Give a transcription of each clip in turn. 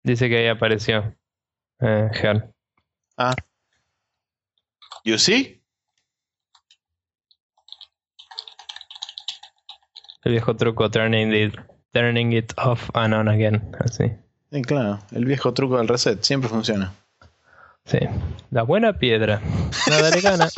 Dice que ahí apareció Ger. Ah, you see? El viejo truco turning it off and on again. Así. Sí, claro, el viejo truco del reset siempre funciona. Sí. La buena piedra. Nada le gana.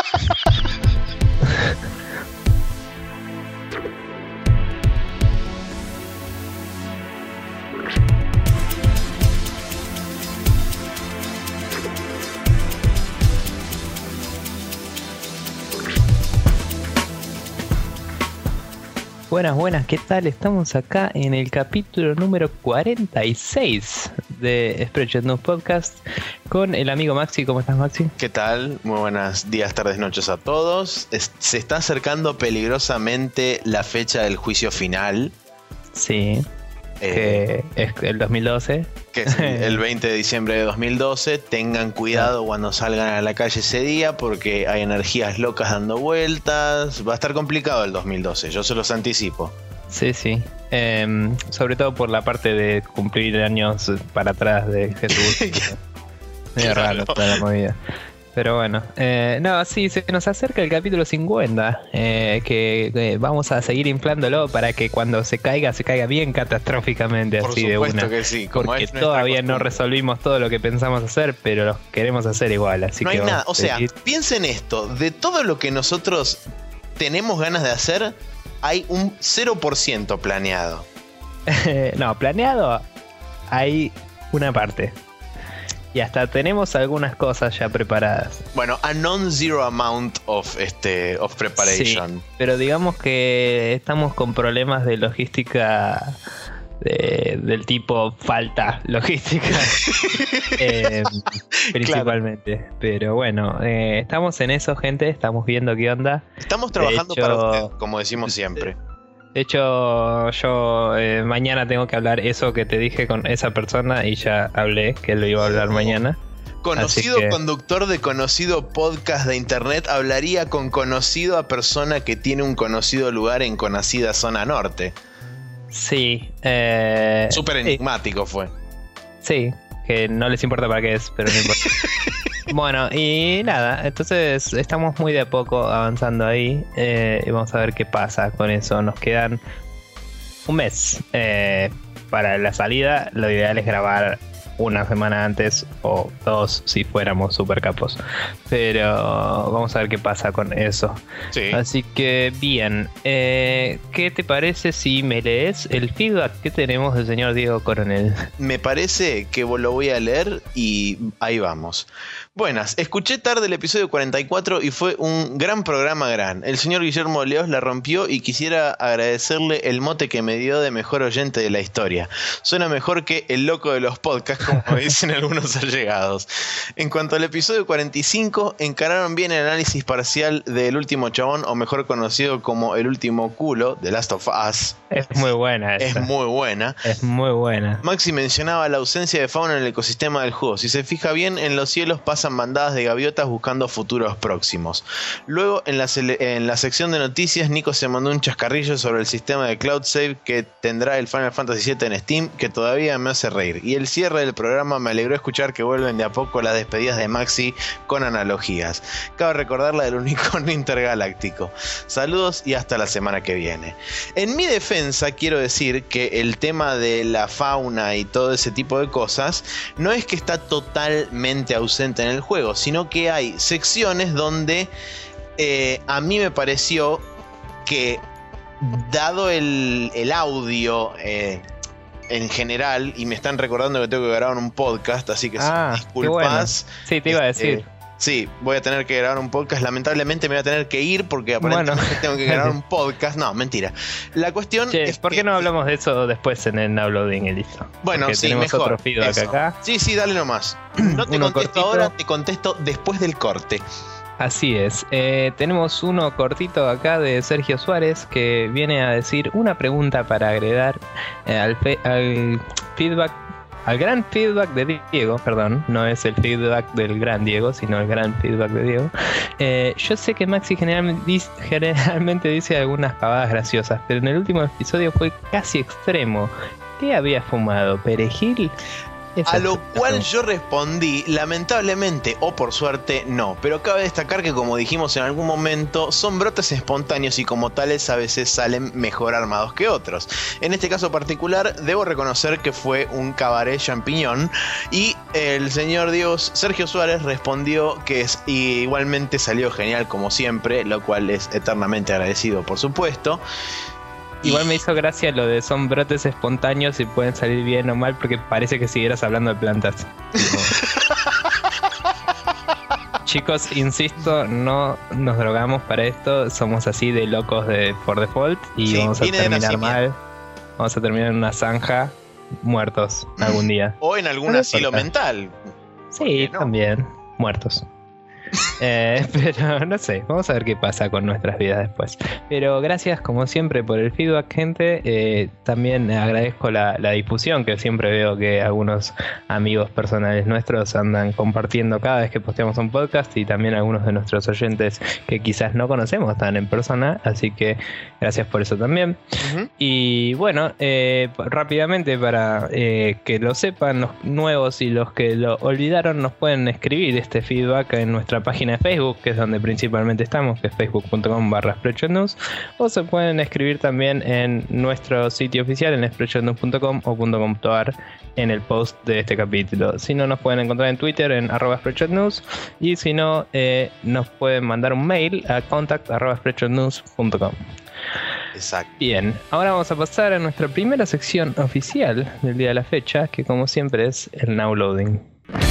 Buenas, ¿qué tal? Estamos acá en el capítulo número 46 de Spreadshot News Podcast con el amigo Maxi. ¿Cómo estás, Maxi? ¿Qué tal? Muy buenos días, tardes, noches a todos. Se está acercando peligrosamente la fecha del juicio final. Sí, que es el 2012. Que es el 20 de diciembre de 2012. Tengan cuidado cuando salgan a la calle ese día porque hay energías locas dando vueltas. Va a estar complicado el 2012, yo se los anticipo. Sí. Sobre todo por la parte de cumplir años para atrás de Jesús. Medio raro toda la movida. Pero bueno, no, sí, se nos acerca el capítulo 50, que vamos a seguir inflándolo para que cuando se caiga bien catastróficamente. Por así de una. Por supuesto que sí. Como porque todavía no resolvimos todo lo que pensamos hacer, pero lo queremos hacer igual. Así no que hay nada, o sea, piensen esto, de todo lo que nosotros tenemos ganas de hacer, hay un 0% planeado. No, planeado hay una parte. Y hasta tenemos algunas cosas ya preparadas. Bueno, a non-zero amount of preparation. Sí, pero digamos que estamos con problemas de logística del tipo falta logística. Principalmente. Claro. Pero bueno, estamos en eso, gente. Estamos viendo qué onda. Estamos trabajando para usted, como decimos siempre. De hecho, yo mañana tengo que hablar eso que te dije con esa persona y ya hablé que lo iba a hablar mañana. Conocido conductor de conocido podcast de internet hablaría con conocido a persona que tiene un conocido lugar en conocida zona norte. Sí. Súper enigmático fue. Sí, que no les importa para qué es, pero no importa. Bueno, y nada, entonces estamos muy de a poco avanzando ahí y vamos a ver qué pasa con eso. Nos quedan un mes para la salida. Lo ideal es grabar una semana antes o 2 si fuéramos super capos, pero vamos a ver qué pasa con eso. Sí. Así que bien, ¿qué te parece si me lees el feedback que tenemos del señor Diego Coronel? Me parece que lo voy a leer y ahí vamos. Buenas, escuché tarde el episodio 44 y fue un gran programa. El señor Guillermo Leos la rompió y quisiera agradecerle el mote que me dio de mejor oyente de la historia. Suena mejor que el loco de los podcasts, como dicen algunos allegados. En cuanto al episodio 45, encararon bien el análisis parcial del último chabón, o mejor conocido como el último culo, de Last of Us. Es muy buena esa. Es muy buena. Es muy buena. Maxi mencionaba la ausencia de fauna en el ecosistema del juego. Si se fija bien, en los cielos pasan bandadas de gaviotas buscando futuros próximos. Luego, en la sección de noticias, Nico se mandó un chascarrillo sobre el sistema de cloud save que tendrá el Final Fantasy VII en Steam, que todavía me hace reír. Y el cierre del programa me alegró escuchar que vuelven de a poco las despedidas de Maxi con analogías. Cabe recordar la del unicornio intergaláctico. Saludos y hasta la semana que viene. En mi defensa, quiero decir que el tema de la fauna y todo ese tipo de cosas no es que está totalmente ausente en el juego, sino que hay secciones donde a mí me pareció que, dado el audio en general, y me están recordando que tengo que grabar un podcast, así que disculpas. Bueno. Sí, te iba a decir. Sí, voy a tener que grabar un podcast. Lamentablemente me voy a tener que ir porque aparentemente tengo que grabar un podcast. No, mentira. La cuestión es ¿por qué no hablamos de eso después en el uploading y listo? Bueno, porque sí, tenemos mejor. Otro feedback acá. Sí, dale nomás. No te contesto ahora, te contesto después del corte. Así es. Tenemos uno cortito acá de Sergio Suárez que viene a decir una pregunta para agregar al feedback. Al gran feedback de Diego, perdón, no es el feedback del gran Diego, sino el gran feedback de Diego. Yo sé que Maxi generalmente dice algunas pavadas graciosas, pero en el último episodio fue casi extremo. ¿Qué había fumado? ¿Perejil? A lo cual yo respondí, lamentablemente o por suerte, no. Pero cabe destacar que, como dijimos en algún momento, son brotes espontáneos y como tales a veces salen mejor armados que otros. En este caso particular, debo reconocer que fue un cabaret champiñón y el señor Diego Sergio Suárez respondió que igualmente salió genial como siempre, lo cual es eternamente agradecido, por supuesto. Igual me hizo gracia lo de son brotes espontáneos y pueden salir bien o mal porque parece que siguieras hablando de plantas. Chicos, insisto, no nos drogamos para esto, somos así de locos por default y sí, vamos a terminar mal. Vamos a terminar en una zanja muertos algún día. O en algún asilo mental. Sí, no? También muertos. Pero no sé, vamos a ver qué pasa con nuestras vidas después. Pero gracias como siempre por el feedback, gente. También agradezco la difusión, que siempre veo que algunos amigos personales nuestros andan compartiendo cada vez que posteamos un podcast, y también algunos de nuestros oyentes que quizás no conocemos tan en persona, así que gracias por eso también. Y bueno, rápidamente para que lo sepan los nuevos y los que lo olvidaron, nos pueden escribir este feedback en nuestra página de Facebook, que es donde principalmente estamos, que es facebook.com/SpreadshotNews, o se pueden escribir también en nuestro sitio oficial en SpreadshotNews.com o .com.ar en el post de este capítulo. Si no, nos pueden encontrar en Twitter en @SpreadshotNews, y si no, nos pueden mandar un mail a contact@SpreadshotNews.com. Exacto. Bien, ahora vamos a pasar a nuestra primera sección oficial del día de la fecha, que como siempre es el Now Loading.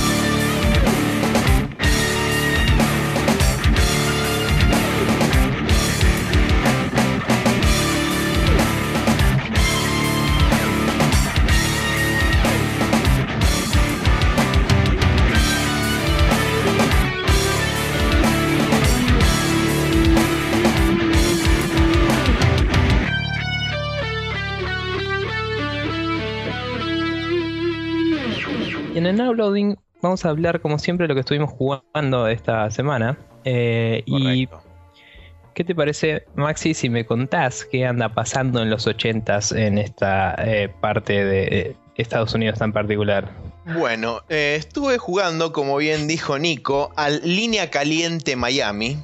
En el Now Loading vamos a hablar como siempre de lo que estuvimos jugando esta semana. Y ¿qué te parece, Maxi, si me contás qué anda pasando en los 80s en esta parte de Estados Unidos tan particular? Bueno, estuve jugando, como bien dijo Nico, al Línea Caliente Miami.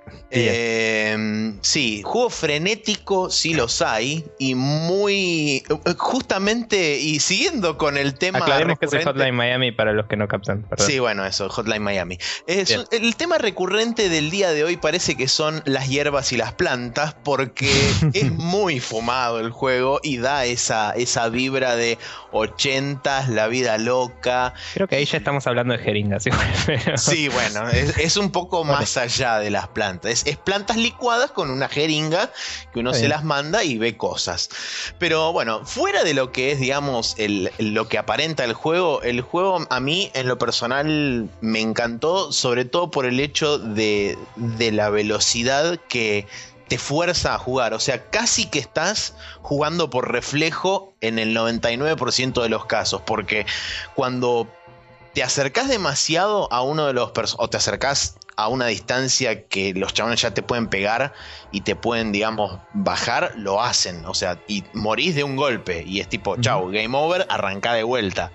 Sí, juego frenético, sí los hay, y muy justamente, y siguiendo con el tema. Aclaremos que es Hotline Miami para los que no captan, perdón. Sí, bueno, eso, Hotline Miami. El tema recurrente del día de hoy parece que son las hierbas y las plantas, porque es muy fumado el juego y da esa vibra de 80s, la vida loca. Creo que ahí ya estamos hablando de jeringas, pero... Sí, bueno, es un poco más allá de las plantas. Es plantas licuadas con una jeringa que uno se las manda y ve cosas. Pero bueno, fuera de lo que es, digamos, lo que aparenta el juego a mí en lo personal me encantó, sobre todo por el hecho de la velocidad que te fuerza a jugar. O sea, casi que estás jugando por reflejo en el 99% de los casos, porque cuando te acercás demasiado a uno de los o te acercás a una distancia que los chabones ya te pueden pegar y te pueden, digamos, bajar, lo hacen. O sea, y morís de un golpe y es tipo, chau, game over, arrancá de vuelta.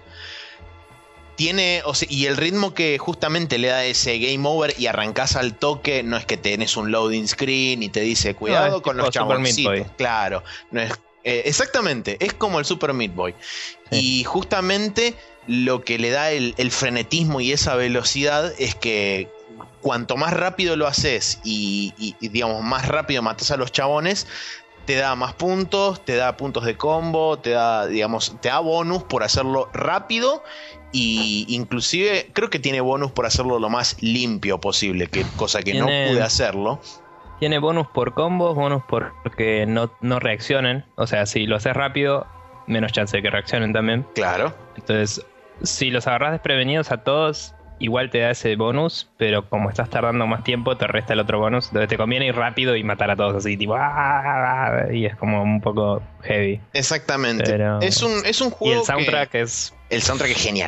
Tiene, o sea, y el ritmo que justamente le da ese game over y arrancás al toque, no es que tenés un loading screen y te dice cuidado con los chaboncitos. Claro, no es, exactamente, es como el Super Meat Boy. Sí. Y justamente lo que le da el frenetismo y esa velocidad es que cuanto más rápido lo haces y digamos más rápido matas a los chabones, te da más puntos, te da puntos de combo, te da, digamos, te da bonus por hacerlo rápido, y inclusive creo que tiene bonus por hacerlo lo más limpio posible, cosa que no pude hacerlo. Tiene bonus por combos, bonus porque no reaccionen. O sea, si lo haces rápido, menos chance de que reaccionen también. Claro. Entonces, si los agarras desprevenidos a todos, igual te da ese bonus, pero como estás tardando más tiempo, te resta el otro bonus. Entonces te conviene ir rápido y matar a todos así, tipo, y es como un poco heavy. Exactamente. Pero... Es un juego. Y el soundtrack es... El soundtrack es genial.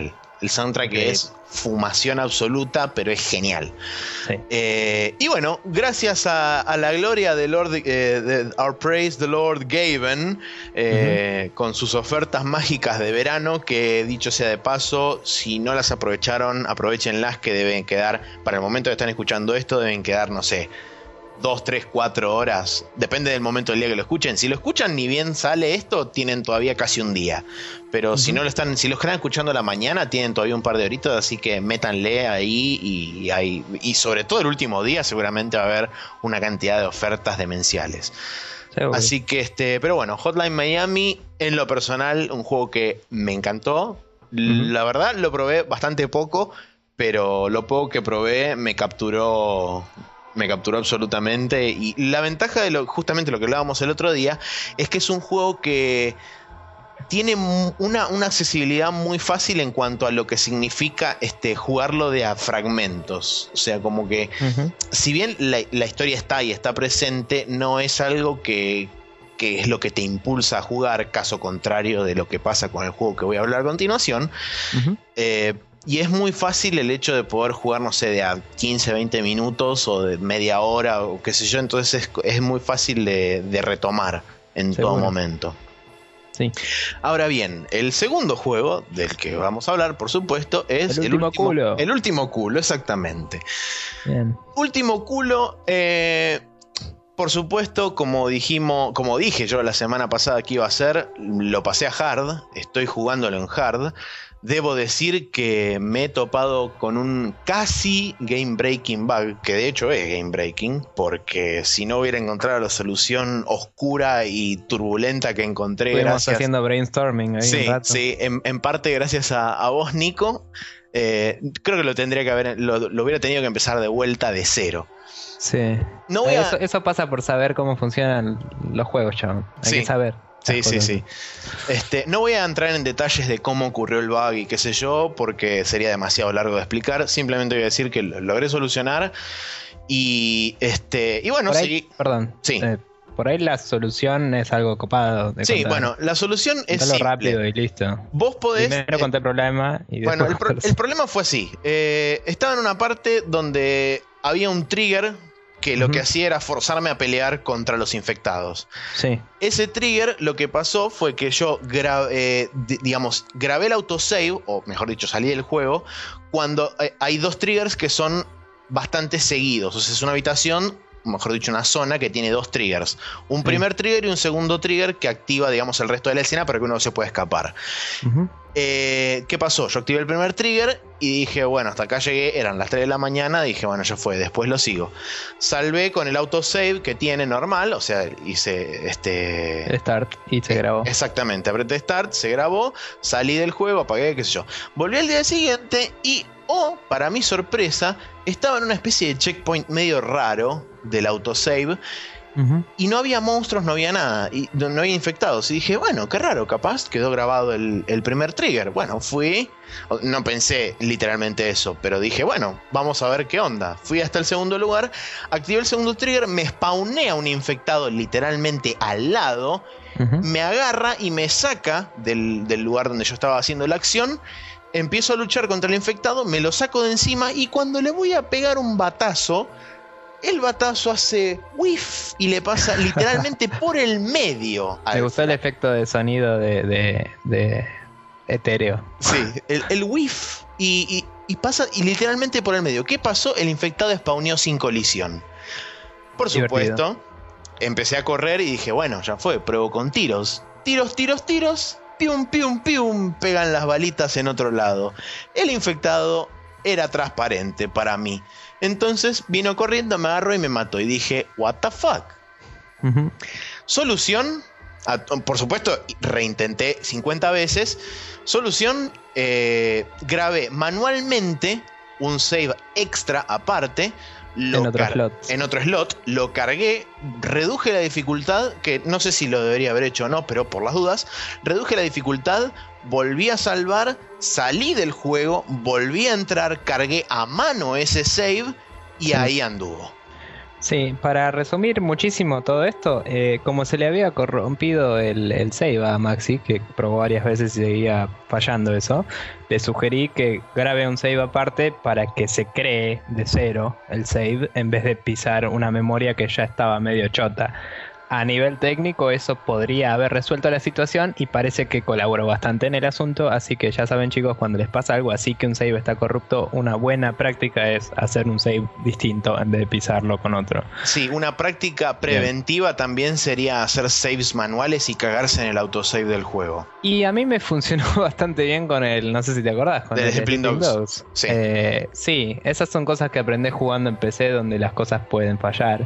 El soundtrack es fumación absoluta, pero es genial. Sí. Y bueno, gracias a la gloria de Lord, Our Praise the Lord Gaben, con sus ofertas mágicas de verano, que dicho sea de paso, si no las aprovecharon, aprovechenlas, que deben quedar, para el momento que están escuchando esto, deben quedar, no sé, 2, 3, 4 horas, depende del momento del día que lo escuchen. Si lo escuchan ni bien sale esto, tienen todavía casi un día. Pero si lo están escuchando a la mañana, tienen todavía un par de horitas, así que métanle ahí y sobre todo el último día seguramente va a haber una cantidad de ofertas demenciales. Seguro. Así que pero bueno, Hotline Miami, en lo personal, un juego que me encantó. La verdad, lo probé bastante poco, pero lo poco que probé me capturó absolutamente. Y la ventaja de justamente lo que hablábamos el otro día es que es un juego que tiene una accesibilidad muy fácil en cuanto a lo que significa jugarlo de a fragmentos. O sea, como que si bien la historia está ahí, está presente, no es algo que es lo que te impulsa a jugar, caso contrario de lo que pasa con el juego que voy a hablar a continuación. Y es muy fácil el hecho de poder jugar, no sé, de a 15, 20 minutos o de media hora o qué sé yo. Entonces es muy fácil de retomar en todo momento. Sí. Ahora bien, el segundo juego del que vamos a hablar, por supuesto, es el último culo. El último culo, exactamente. Bien. Último culo, por supuesto, como dije yo la semana pasada que iba a hacer, lo pasé a hard, estoy jugándolo en hard. Debo decir que me he topado con un casi game breaking bug, que de hecho es game breaking, porque si no hubiera encontrado la solución oscura y turbulenta que encontré, estuvimos haciendo brainstorming ahí un rato. Sí, en parte gracias a vos, Nico. Creo que lo hubiera tenido que empezar de vuelta de cero. Sí. Eso pasa por saber cómo funcionan los juegos, chabón. Hay que saber. Sí. No voy a entrar en detalles de cómo ocurrió el bug y qué sé yo, porque sería demasiado largo de explicar. Simplemente voy a decir que lo logré solucionar. Y bueno, ahí, perdón. Sí. Por ahí la solución es algo copado. Sí, bueno, la solución es simple. Rápido y listo. Vos podés. Primero conté el problema y bueno, el problema fue así. Estaba en una parte donde había un trigger que lo que hacía era forzarme a pelear contra los infectados. Sí. Ese trigger, lo que pasó fue que yo grabé el autosave, o mejor dicho, salí del juego, cuando hay dos triggers que son bastante seguidos. O sea, es una habitación, mejor dicho, una zona que tiene dos triggers. Un primer trigger y un segundo trigger que activa, digamos, el resto de la escena para que uno se pueda escapar. ¿Qué pasó? Yo activé el primer trigger y dije, bueno, hasta acá llegué, eran las 3 de la mañana, dije, bueno, ya fue, después lo sigo. Salvé con el autosave que tiene normal, o sea, hice Start y se grabó. Exactamente, apreté Start, se grabó, salí del juego, apagué, qué sé yo. Volví al día siguiente y, para mi sorpresa, estaba en una especie de checkpoint medio raro del autosave. Y no había monstruos, no había nada, y no había infectados. Y dije, bueno, qué raro, capaz quedó grabado el primer trigger. Bueno, fui, no pensé literalmente eso, pero dije, bueno, vamos a ver qué onda. Fui hasta el segundo lugar, activé el segundo trigger, me spawné a un infectado literalmente al lado, me agarra y me saca del lugar donde yo estaba haciendo la acción. Empiezo a luchar contra el infectado, me lo saco de encima y cuando le voy a pegar un batazo, el batazo hace whiff y le pasa literalmente por el medio. Me gustó el efecto de sonido de etéreo. Sí, el whiff y pasa y literalmente por el medio. ¿Qué pasó? El infectado spawneó sin colisión. Por supuesto, empecé a correr y dije, bueno, ya fue, pruebo con tiros. Tiros. Pium, pium, pium. Pegan las balitas en otro lado. El infectado era transparente para mí. Entonces vino corriendo, me agarró y me mató. Y dije, what the fuck. Solución, por supuesto, reintenté 50 veces. Solución, grabé manualmente un save extra aparte. En otro slot, lo cargué, reduje la dificultad, que no sé si lo debería haber hecho o no, pero por las dudas, reduje la dificultad, volví a salvar, salí del juego, volví a entrar, cargué a mano ese save y ahí anduvo. Sí, para resumir muchísimo todo esto, como se le había corrompido el save a Maxi, que probó varias veces y seguía fallando eso, le sugerí que grabe un save aparte para que se cree de cero el save en vez de pisar una memoria que ya estaba medio chota. A nivel técnico eso podría haber resuelto la situación y parece que colaboró bastante en el asunto, así que ya saben chicos, cuando les pasa algo así que un save está corrupto, una buena práctica es hacer un save distinto en vez de pisarlo con otro. Sí, una práctica preventiva también sería hacer saves manuales y cagarse en el autosave del juego. Y a mí me funcionó bastante bien con el, no sé si te acordás, con el Split Dogs. Sí. Sí, esas son cosas que aprendés jugando en PC donde las cosas pueden fallar.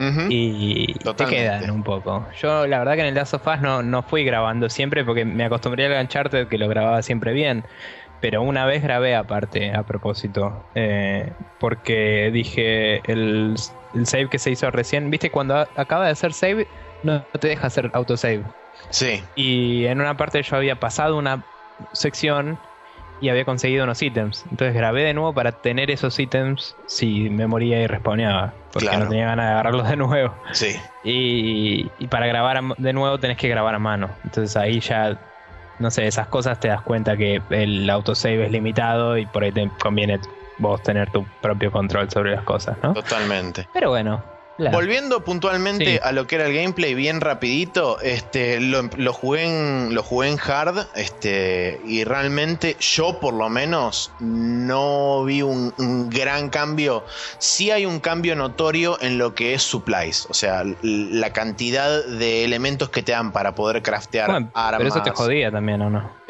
Y Totalmente. te quedan un poco. Yo la verdad que en el Last of Us no fui grabando siempre porque me acostumbré al Uncharted que lo grababa siempre bien. Pero una vez grabé aparte, a propósito. Porque dije, el save que se hizo recién, viste, cuando acaba de hacer save, no te deja hacer autosave. Sí. Y en una parte yo había pasado una sección y había conseguido unos ítems. Entonces grabé de nuevo para tener esos ítems si me moría y respawneaba. Porque Claro. no tenía ganas de agarrarlos de nuevo. Sí. Y para grabar de nuevo tenés que grabar a mano. Entonces ahí ya, no sé, esas cosas te das cuenta que el autosave es limitado y por ahí te conviene vos tener tu propio control sobre las cosas, ¿no? Totalmente. Pero bueno. Volviendo puntualmente Sí. a lo que era el gameplay, bien rapidito, lo jugué en hard, y realmente yo por lo menos no vi un gran cambio. Sí hay un cambio notorio en lo que es supplies, o sea, la cantidad de elementos que te dan para poder craftear armas. Pero eso te jodía también, ¿o no?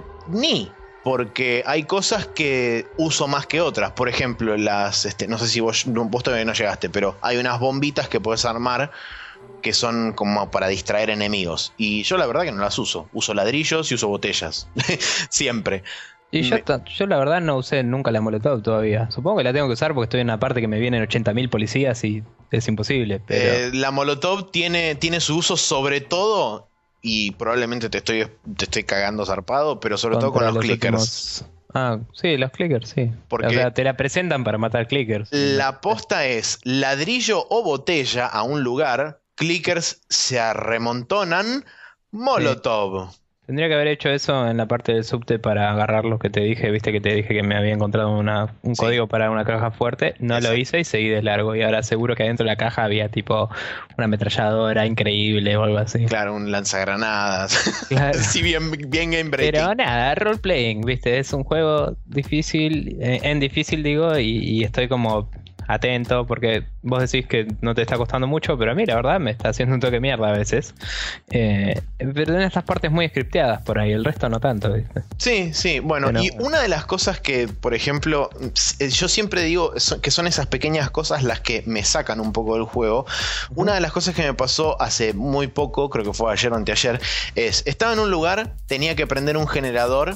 Porque hay cosas que uso más que otras. Por ejemplo, no sé si vos todavía no llegaste, pero hay unas bombitas que podés armar que son como para distraer enemigos. Y yo la verdad que no las uso. Uso ladrillos y uso botellas. Siempre. Y yo la verdad no usé nunca la Molotov todavía. Supongo que la tengo que usar porque estoy en una parte que me vienen 80.000 policías y es imposible. Pero... la Molotov tiene su uso sobre todo... Y probablemente te estoy cagando zarpado, pero sobre todo con los clickers. Sí, los clickers, sí. Porque o sea, te la presentan para matar clickers. La posta es ladrillo o botella a un lugar, clickers se remontonan, Molotov. Sí. Tendría que haber hecho eso en la parte del subte para agarrar lo que te dije. Viste que te dije que me había encontrado un código para una caja fuerte. No lo hice y seguí de largo. Y ahora seguro que adentro de la caja había tipo una ametralladora increíble o algo así. Claro, un lanzagranadas. Claro. Sí, bien game breaking. Pero nada, role playing, viste, es un juego difícil, difícil digo, y estoy como atento porque vos decís que no te está costando mucho, pero a mí la verdad me está haciendo un toque mierda a veces. Pero en estas partes muy scripteadas por ahí, el resto no tanto, ¿viste? Sí, bueno, y una de las cosas que, por ejemplo, yo siempre digo que son esas pequeñas cosas las que me sacan un poco del juego. Una de las cosas que me pasó hace muy poco, creo que fue ayer o anteayer, estaba en un lugar, tenía que prender un generador.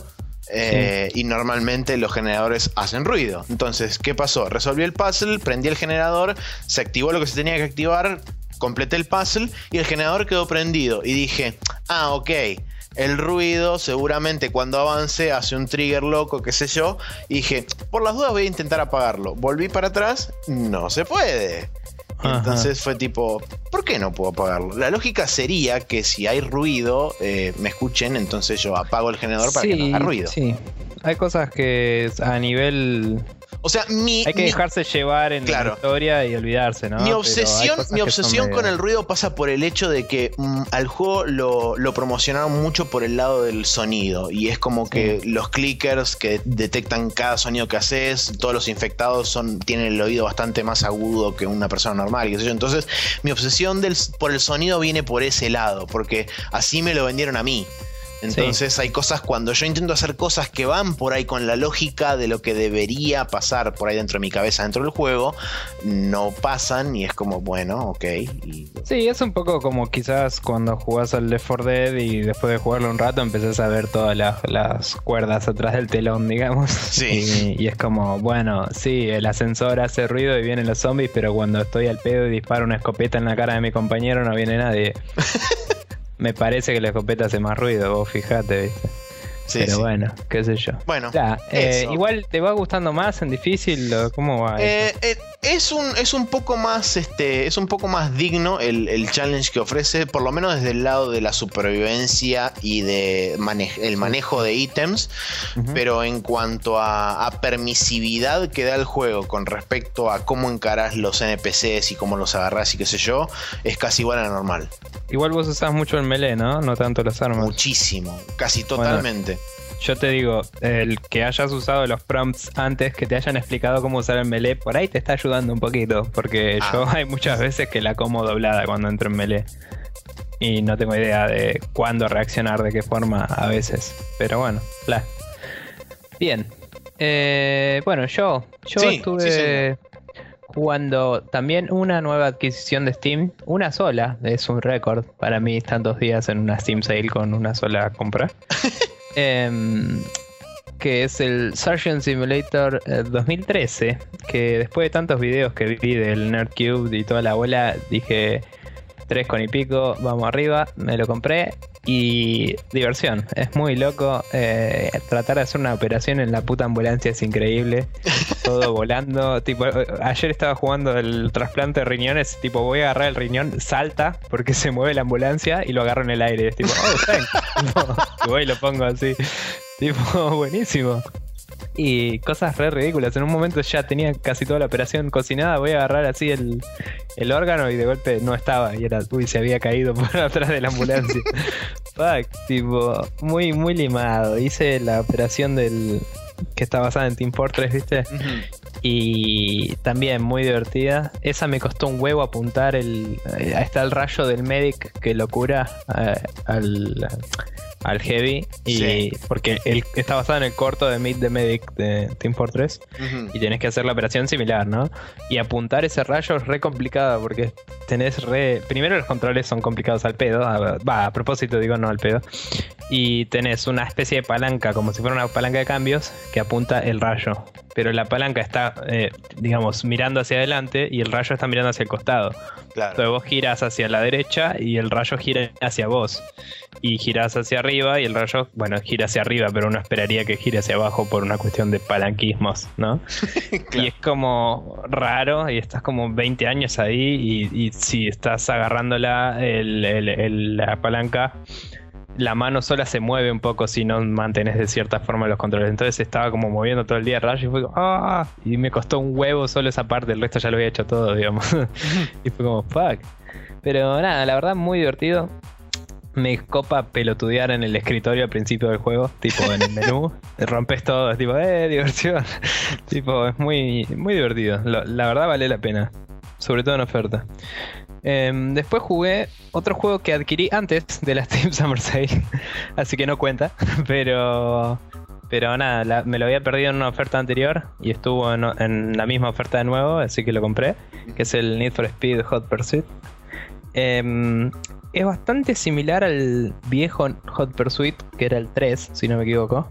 Y normalmente los generadores hacen ruido. Entonces, ¿qué pasó? Resolví el puzzle, prendí el generador, se activó lo que se tenía que activar, completé el puzzle y el generador quedó prendido. Y dije, ok, el ruido seguramente cuando avance hace un trigger loco, qué sé yo. Y dije, por las dudas voy a intentar apagarlo. Volví para atrás, no se puede. Entonces fue tipo, ¿por qué no puedo apagarlo? La lógica sería que si hay ruido, me escuchen, entonces yo apago el generador para que no haga ruido. Sí, hay cosas que a nivel... O sea, hay que dejarse llevar en la historia y olvidarse, ¿no? Mi obsesión con el ruido pasa por el hecho de que al juego lo promocionaron mucho por el lado del sonido. Y es como que los clickers que detectan cada sonido que haces, todos los infectados tienen el oído bastante más agudo que una persona normal, qué sé yo. Entonces, mi obsesión por el sonido viene por ese lado, porque así me lo vendieron a mí. Entonces hay cosas, cuando yo intento hacer cosas que van por ahí con la lógica de lo que debería pasar por ahí dentro de mi cabeza, dentro del juego, no pasan y es como, bueno, ok. Sí, es un poco como quizás cuando jugás al Left 4 Dead y después de jugarlo un rato empezás a ver todas las cuerdas atrás del telón, digamos. Sí. Y es como, bueno, sí, el ascensor hace ruido y vienen los zombies, pero cuando estoy al pedo y disparo una escopeta en la cara de mi compañero no viene nadie. Me parece que la escopeta hace más ruido, vos fijate, ¿viste? Sí, pero sí. bueno, qué sé yo. Bueno, igual te va gustando más en difícil, ¿cómo va? es un poco más es un poco más digno el challenge que ofrece, por lo menos desde el lado de la supervivencia y de el manejo de ítems. Pero en cuanto a permisividad que da el juego con respecto a cómo encarás los NPCs y cómo los agarrás y qué sé yo, es casi igual a normal. Igual vos usás mucho el melee, ¿no? No tanto las armas. Muchísimo, casi totalmente. Bueno, yo te digo, el que hayas usado los prompts antes, que te hayan explicado cómo usar el melee, por ahí te está ayudando un poquito. Porque yo hay muchas veces que la como doblada cuando entro en melee. Y no tengo idea de cuándo reaccionar, de qué forma a veces. Pero bueno, bien. Bueno, yo estuve jugando también una nueva adquisición de Steam. Una sola, es un récord para mí tantos días en una Steam Sale con una sola compra. Que es el Surgeon Simulator 2013. Que después de tantos videos que vi del Nerdcube y toda la bola, dije 3 con y pico, vamos arriba, me lo compré. Y diversión, es muy loco. Tratar de hacer una operación en la puta ambulancia es increíble. Todo volando. Tipo, ayer estaba jugando el trasplante de riñones. Tipo, voy a agarrar el riñón, salta porque se mueve la ambulancia y lo agarro en el aire. Es tipo, thanks. Y voy y lo pongo así. Tipo, buenísimo. Y cosas re ridículas. En un momento ya tenía casi toda la operación cocinada. Voy a agarrar así el órgano y de golpe no estaba. Y era, se había caído por atrás de la ambulancia. Fuck, tipo, muy, muy limado. Hice la operación que está basada en Team Fortress, ¿viste? Y también muy divertida. Esa me costó un huevo apuntar está el rayo del medic que lo cura al heavy. Y porque él está basado en el corto de Meet the Medic de Team Fortress. Y tenés que hacer la operación similar, ¿no? Y apuntar ese rayo es re complicado porque tenés primero los controles son complicados al pedo. A propósito digo no al pedo. Y tenés una especie de palanca, como si fuera una palanca de cambios, que apunta el rayo. Pero la palanca está, digamos, mirando hacia adelante y el rayo está mirando hacia el costado. Claro. Entonces vos girás hacia la derecha y el rayo gira hacia vos. Y girás hacia arriba y el rayo, bueno, gira hacia arriba, pero uno esperaría que gire hacia abajo por una cuestión de palanquismos, ¿no? Claro. Y es como raro y estás como 20 años ahí y si estás agarrando la palanca, la mano sola se mueve un poco si no mantenés de cierta forma los controles. Entonces estaba como moviendo todo el día el rayo y fue como ¡ah! Y me costó un huevo solo esa parte, el resto ya lo había hecho todo, digamos. Y fue como fuck. Pero nada, la verdad muy divertido. Me copa pelotudear en el escritorio al principio del juego, tipo en el menú. Rompes todo, es tipo, diversión. Tipo, es muy, muy divertido. La verdad vale la pena. Sobre todo en oferta. Después jugué otro juego que adquirí antes de la Steam Summer Sale. Así que no cuenta. Pero nada, me lo había perdido en una oferta anterior. Y estuvo en la misma oferta de nuevo. Así que lo compré. Que es el Need for Speed Hot Pursuit. Es bastante similar al viejo Hot Pursuit, que era el 3, si no me equivoco.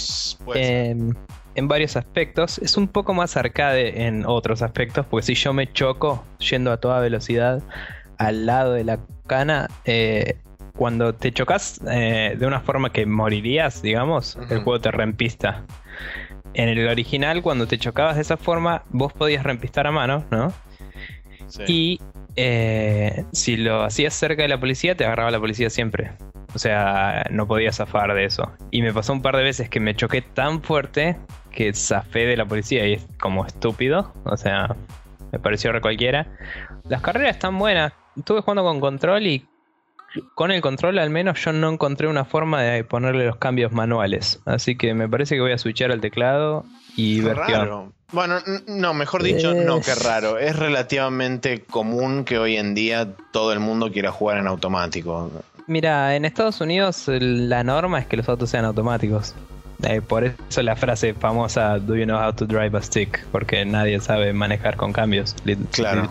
En varios aspectos. Es un poco más arcade en otros aspectos, porque si yo me choco yendo a toda velocidad al lado de la cana, cuando te chocas de una forma que morirías, digamos, el juego te reempista. En el original, cuando te chocabas de esa forma, vos podías reempistar a mano, ¿no? Sí. Y si lo hacías cerca de la policía, te agarraba la policía siempre. O sea, no podías zafar de eso. Y me pasó un par de veces que me choqué tan fuerte que zafé de la policía y es como estúpido. O sea, me pareció re cualquiera. Las carreras están buenas. Estuve jugando con control y con el control al menos yo no encontré una forma de ponerle los cambios manuales. Así que me parece que voy a switchar al teclado y ver qué va. Bueno, no, mejor dicho, no, qué raro. Es relativamente común que hoy en día todo el mundo quiera jugar en automático. Mira, en Estados Unidos la norma es que los autos sean automáticos. Por eso la frase famosa, "Do you know how to drive a stick?" Porque nadie sabe manejar con cambios. Claro.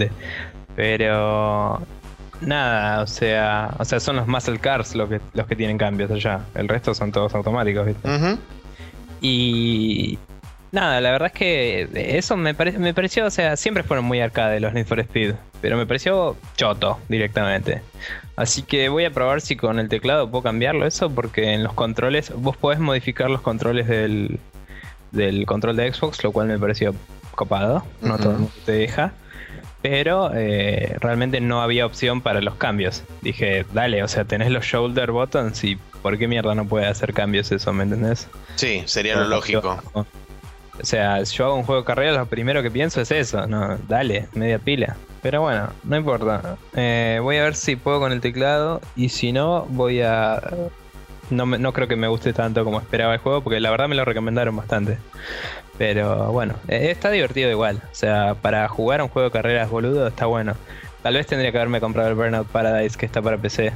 Pero nada, o sea son los muscle cars los que tienen cambios allá. El resto son todos automáticos, ¿viste? Y Nada, la verdad es que eso me pareció, o sea, siempre fueron muy arcade los Need for Speed, pero me pareció choto directamente. Así que voy a probar si con el teclado puedo cambiarlo eso, porque en los controles, vos podés modificar los controles del control de Xbox, lo cual me pareció copado, no todo el mundo te deja. Pero realmente no había opción para los cambios. Dije, dale, o sea, tenés los shoulder buttons y ¿por qué mierda no puede hacer cambios eso, me entendés? Sí, sería lo lógico. O sea, yo hago un juego de carrera, lo primero que pienso es eso, no, dale, media pila. Pero bueno, no importa. Voy a ver si puedo con el teclado y si no, voy a... No creo que me guste tanto como esperaba el juego, porque la verdad me lo recomendaron bastante. Pero bueno, está divertido igual. O sea, para jugar a un juego de carreras boludo está bueno. Tal vez tendría que haberme comprado el Burnout Paradise que está para PC.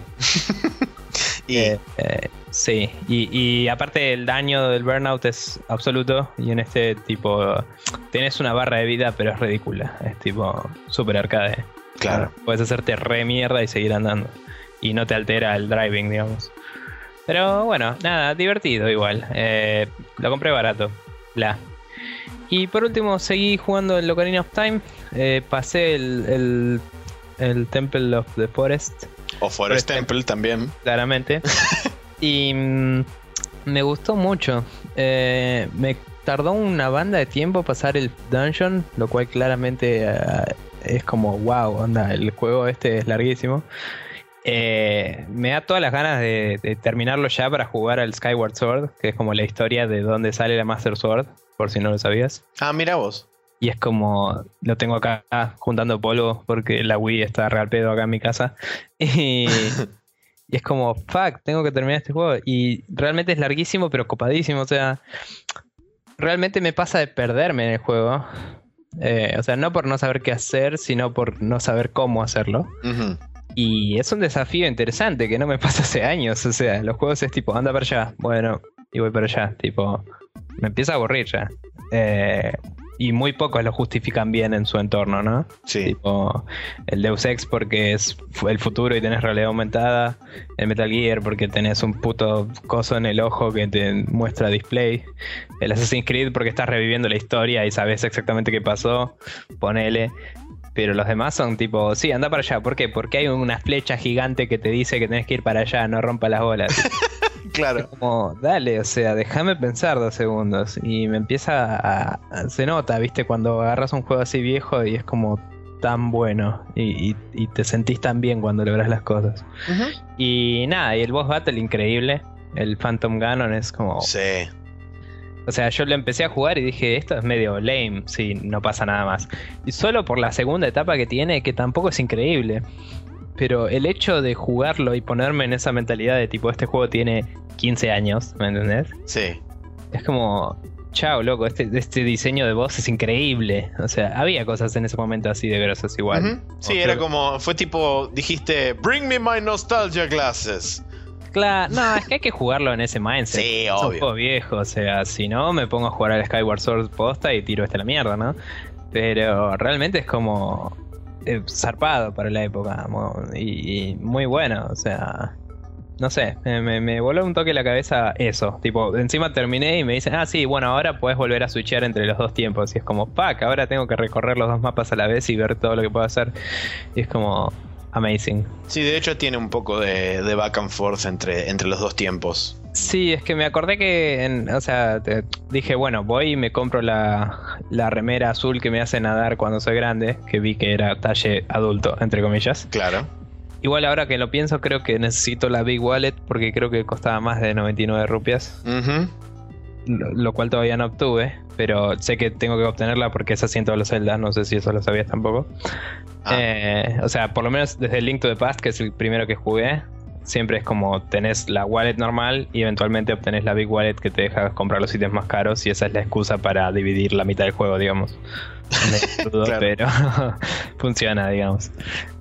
Sí, y aparte el daño del Burnout es absoluto. Y en este tipo tenés una barra de vida, pero es ridícula. Es tipo super arcade. Claro. Puedes hacerte re mierda y seguir andando. Y no te altera el driving, digamos. Pero bueno, nada, divertido igual. Lo compré barato. Bla. Y por último seguí jugando el Ocarina of Time. Pasé el Temple of the Forest. O Forest Temple también. Claramente. Y me gustó mucho. Me tardó una banda de tiempo pasar el dungeon, lo cual claramente es como wow, onda, el juego este es larguísimo. Me da todas las ganas de terminarlo ya para jugar al Skyward Sword, que es como la historia de dónde sale la Master Sword, por si no lo sabías. Ah, mira vos. Y es como, lo tengo acá juntando polvo porque la Wii está real pedo acá en mi casa. Y es como, fuck, tengo que terminar este juego. Y realmente es larguísimo, pero copadísimo. O sea, realmente me pasa de perderme en el juego. O sea, no por no saber qué hacer, sino por no saber cómo hacerlo. Y es un desafío interesante que no me pasa hace años. O sea, los juegos es tipo, anda para allá. Bueno, y voy para allá. Tipo, me empieza a aburrir ya. Y muy pocos lo justifican bien en su entorno, ¿no? Sí. Tipo, el Deus Ex porque es el futuro y tenés realidad aumentada. El Metal Gear porque tenés un puto coso en el ojo que te muestra display. El Assassin's Creed porque estás reviviendo la historia y sabes exactamente qué pasó. Ponele. Pero los demás son tipo, sí, anda para allá. ¿Por qué? Porque hay una flecha gigante que te dice que tenés que ir para allá, no rompa las bolas. Claro. Es como, dale, o sea, déjame pensar 2 segundos. Y me empieza se nota, ¿viste? Cuando agarras un juego así viejo y es como tan bueno. Y te sentís tan bien cuando logras las cosas. Y nada, y el boss battle increíble. El Phantom Ganon es como... Sí. O sea, yo lo empecé a jugar y dije, esto es medio lame, si no pasa nada más. Y solo por la segunda etapa que tiene, que tampoco es increíble. Pero el hecho de jugarlo y ponerme en esa mentalidad de tipo, este juego tiene 15 años, ¿me entendés? Sí. Es como, chao, loco, este diseño de voz es increíble. O sea, había cosas en ese momento así de grosas igual. Sí, era como, fue tipo, dijiste, bring me my nostalgia glasses. Claro, no, es que hay que jugarlo en ese mindset. Sí, es obvio. un juego viejo, o sea, si no me pongo a jugar al Skyward Sword posta y tiro a la mierda, ¿no? Pero realmente es como zarpado para la época y muy bueno, o sea, no sé, me voló un toque la cabeza eso, tipo, encima terminé y me dicen, ah sí, bueno, ahora puedes volver a switchear entre los dos tiempos y es como, fuck, ahora tengo que recorrer los dos mapas a la vez y ver todo lo que puedo hacer y es como... Amazing. Sí, de hecho tiene un poco de back and forth entre los dos tiempos. Sí, es que me acordé que, o sea, dije, bueno, voy y me compro la remera azul que me hace nadar cuando soy grande, que vi que era talle adulto, entre comillas. Claro. Igual ahora que lo pienso, creo que necesito la Big Wallet porque creo que costaba más de 99 rupias. Lo cual todavía no obtuve, pero sé que tengo que obtenerla porque es así en todos los Zelda, no sé si eso lo sabías tampoco. O sea, por lo menos desde el Link to the Past, que es el primero que jugué, siempre es como tenés la wallet normal y eventualmente obtenés la Big Wallet que te deja comprar los ítems más caros y esa es la excusa para dividir la mitad del juego, digamos. Crudo, claro. Pero funciona, digamos.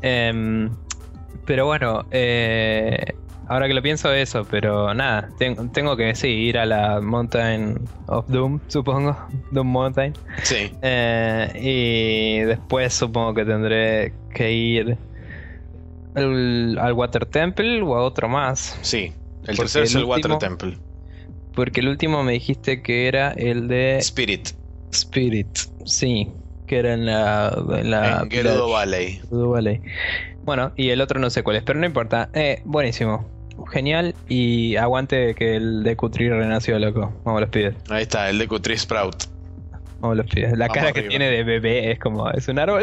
Pero bueno, ahora que lo pienso eso, pero nada, tengo que sí, ir a la Mountain of Doom, supongo, Doom Mountain. Sí. Y después supongo que tendré que ir al Water Temple o a otro más. Sí, tercero es el Water Temple. Porque el último me dijiste que era el de... Spirit. Spirit, sí, que era en la En Gerudo Valley. Gerudo Valley. Bueno, y el otro no sé cuál es, pero no importa. Buenísimo. Genial, y aguante que el Deku-Tree renació, loco. Vamos los pibes. Ahí está, el Deku-Tree Sprout. Vamos los pibes. La Vamos cara arriba. que tiene de bebé es como, es un árbol.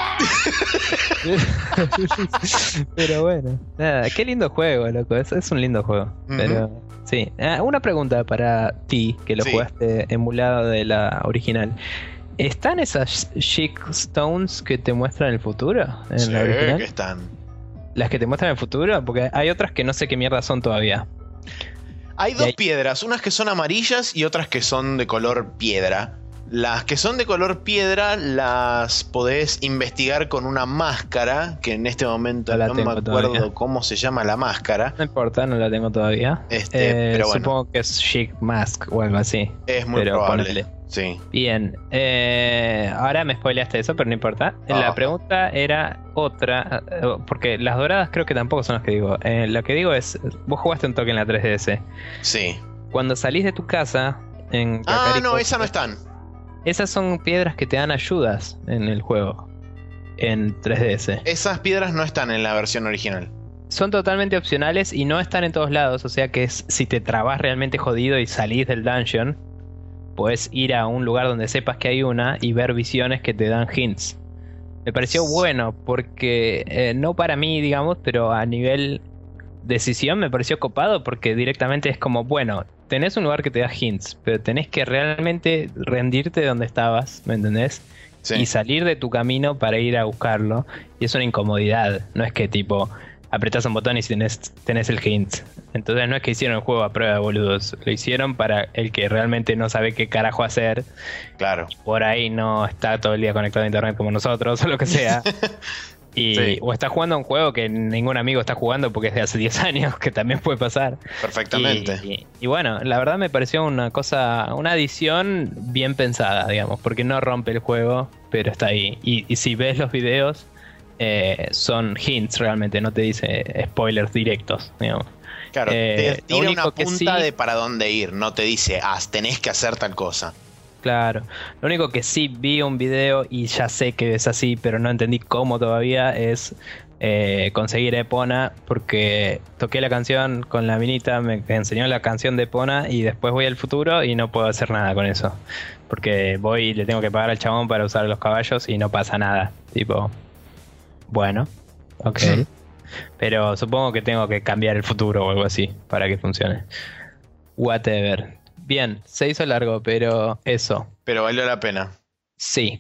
Pero bueno, nada, qué lindo juego, loco. Es un lindo juego. Ujú. Pero sí. Una pregunta para ti, que lo Sí. jugaste emulado de la original. ¿Están esas Chic Stones que te muestran el futuro en Sí, la original? que están. ¿Las que te muestran el futuro? Porque hay otras que no sé qué mierda son todavía. Hay Y dos hay- piedras, unas que son amarillas y otras que son de color piedra. Las que son de color piedra las podés investigar con una máscara, que en este momento No la no me tengo acuerdo todavía. cómo se llama la máscara. No importa, no la tengo todavía. Pero bueno. Supongo que es Chic Mask o algo así. Es muy Pero probable. ponele. Sí. Bien, ahora me spoileaste eso, pero no importa. La Ah. pregunta era otra, porque las doradas creo que tampoco son las que digo. Lo que digo es, vos jugaste un toque en la 3DS. Sí. Cuando salís de tu casa en Ah, Kakariko, no, esas no están. esas son piedras que te dan ayudas en el juego, en 3DS. Esas piedras no están en la versión original. Son totalmente opcionales y no están en todos lados, o sea que si te trabas realmente jodido y salís del dungeon, puedes ir a un lugar donde sepas que hay una y ver visiones que te dan hints. Me pareció bueno porque, no para mí, digamos, pero a nivel decisión me pareció copado porque directamente es como, bueno, tenés un lugar que te da hints, pero tenés que realmente rendirte de donde estabas, ¿me entendés? Sí. Y salir de tu camino para ir a buscarlo. Y es una incomodidad, no es que tipo apretás un botón y tenés el hint. Entonces no es que hicieron el juego a prueba de boludos, lo hicieron para el que realmente no sabe qué carajo hacer, Claro. por ahí no está todo el día conectado a internet como nosotros o lo que sea. Y, Sí. O está jugando a un juego que ningún amigo está jugando porque es de hace 10 años, que también puede pasar. Perfectamente. Y bueno, la verdad me pareció una adición bien pensada, digamos, porque no rompe el juego, pero está ahí. Y si ves los videos, son hints realmente, no te dice spoilers directos, digamos. Claro, lo te tira único una que punta sí- de para dónde ir, no te dice, tenés que hacer tal cosa. Claro, lo único que sí vi un video y ya sé que es así, pero no entendí cómo todavía, es conseguir Epona, porque toqué la canción con la minita, me enseñó la canción de Epona y después voy al futuro y no puedo hacer nada con eso, porque voy y le tengo que pagar al chabón para usar los caballos y no pasa nada, tipo, bueno, ok, pero supongo que tengo que cambiar el futuro o algo así para que funcione. Whatever. Bien, se hizo largo, pero eso, Pero valió la pena. sí.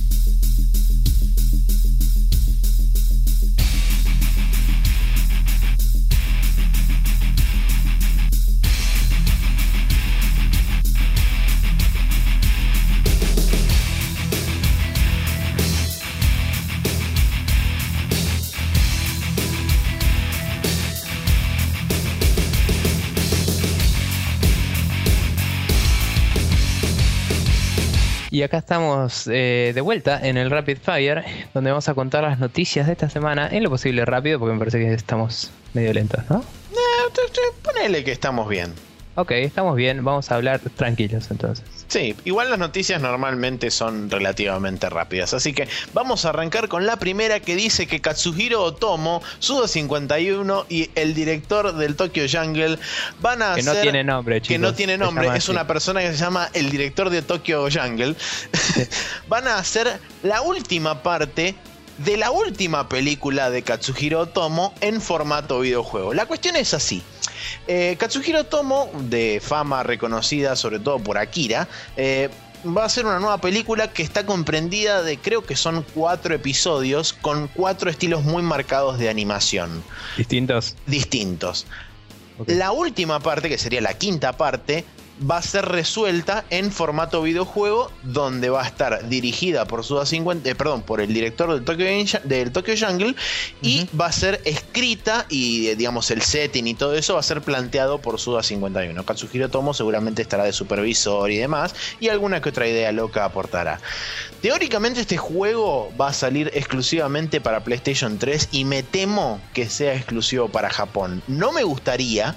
Y acá estamos de vuelta en el Rapid Fire, donde vamos a contar las noticias de esta semana en lo posible rápido, porque me parece que estamos medio lentos, ¿no? Ponele que estamos bien. Ok, estamos bien, vamos a hablar tranquilos entonces. Sí, igual las noticias normalmente son relativamente rápidas, así que vamos a arrancar con la primera, que dice que Katsuhiro Otomo, Suda51 y el director del Tokyo Jungle van a Que no hacer... tiene nombre, chicos. Que no tiene se nombre, llama es así. una persona que se llama el director de Tokyo Jungle. Van a hacer la última parte de la última película de Katsuhiro Otomo en formato videojuego. La cuestión es así. Katsuhiro Otomo, de fama reconocida sobre todo por Akira, va a hacer una nueva película que está comprendida de, creo que son 4 episodios con 4 estilos muy marcados de animación Distintos. distintos. Ok. La última parte, que sería la quinta parte, va a ser resuelta en formato videojuego, donde va a estar dirigida por Suda50, por el director del Tokyo Jungle, y va a ser escrita y digamos el setting y todo eso va a ser planteado por Suda51. Katsuhiro Otomo seguramente estará de supervisor y demás, y alguna que otra idea loca aportará. Teóricamente este juego va a salir exclusivamente para PlayStation 3 y me temo que sea exclusivo para Japón. No me gustaría,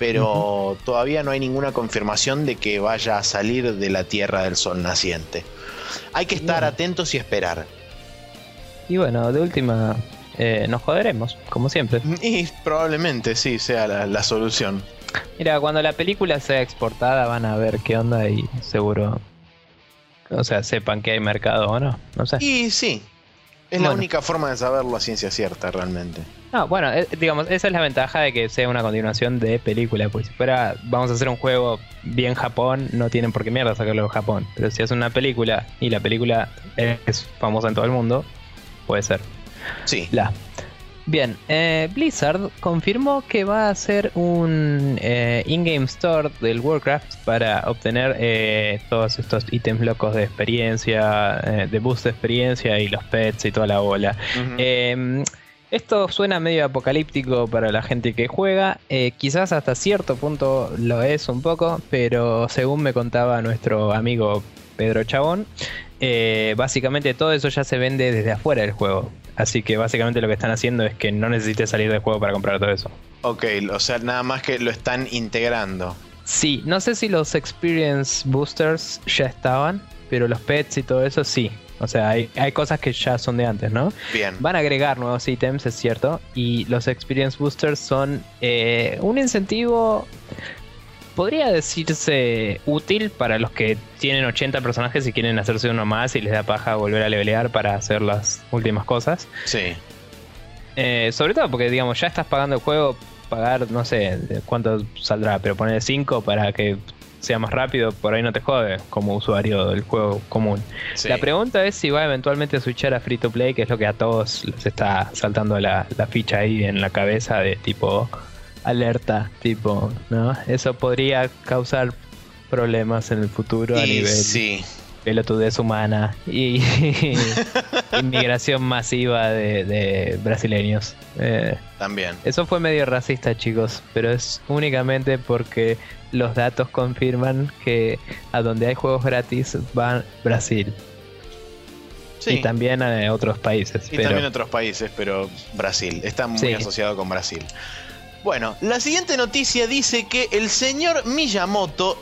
pero todavía no hay ninguna confirmación de que vaya a salir de la Tierra del Sol naciente. Hay que estar atentos y esperar. Y bueno, de última, nos joderemos, como siempre. Y probablemente sí sea la solución. Mira, cuando la película sea exportada van a ver qué onda y seguro, o sea, sepan que hay mercado o no, no sé. Y sí, es la única forma de saberlo a ciencia cierta realmente. No, bueno, digamos, esa es la ventaja de que sea una continuación de película, porque si fuera, vamos a hacer un juego bien Japón, no tienen por qué mierda sacarlo de Japón. Pero si hacen una película y la película es famosa en todo el mundo, puede ser. Sí. Bien, Blizzard confirmó que va a hacer un in-game store del Warcraft para obtener todos estos ítems locos de experiencia, de boost de experiencia y los pets y toda la bola. Esto suena medio apocalíptico para la gente que juega, quizás hasta cierto punto lo es un poco, pero según me contaba nuestro amigo Pedro Chabón, básicamente todo eso ya se vende desde afuera del juego. Así que básicamente lo que están haciendo es que no necesites salir del juego para comprar todo eso. Ok, o sea, nada más que lo están integrando. Sí, no sé si los Experience Boosters ya estaban, pero los pets y todo eso sí. O sea, hay cosas que ya son de antes, ¿no? Bien. Van a agregar nuevos ítems, es cierto. Y los Experience Boosters son un incentivo, podría decirse útil para los que tienen 80 personajes y quieren hacerse uno más y les da paja volver a levelear para hacer las últimas cosas. Sí. Sobre todo porque, digamos, ya estás pagando el juego, pagar, no sé cuánto saldrá, pero poner 5 para que sea más rápido, por ahí no te jode como usuario del juego común. Sí. La pregunta es si va eventualmente a switchar a free to play, que es lo que a todos les está saltando la ficha ahí en la cabeza de tipo alerta, tipo, ¿no? Eso podría causar problemas en el futuro a nivel pelotudez humana y inmigración masiva de brasileños. También. Eso fue medio racista, chicos, pero es únicamente porque los datos confirman que a donde hay juegos gratis van Brasil. Sí. Y también a otros países. Y también a otros países, pero Brasil está muy asociado con Brasil. Bueno, la siguiente noticia dice que el señor Miyamoto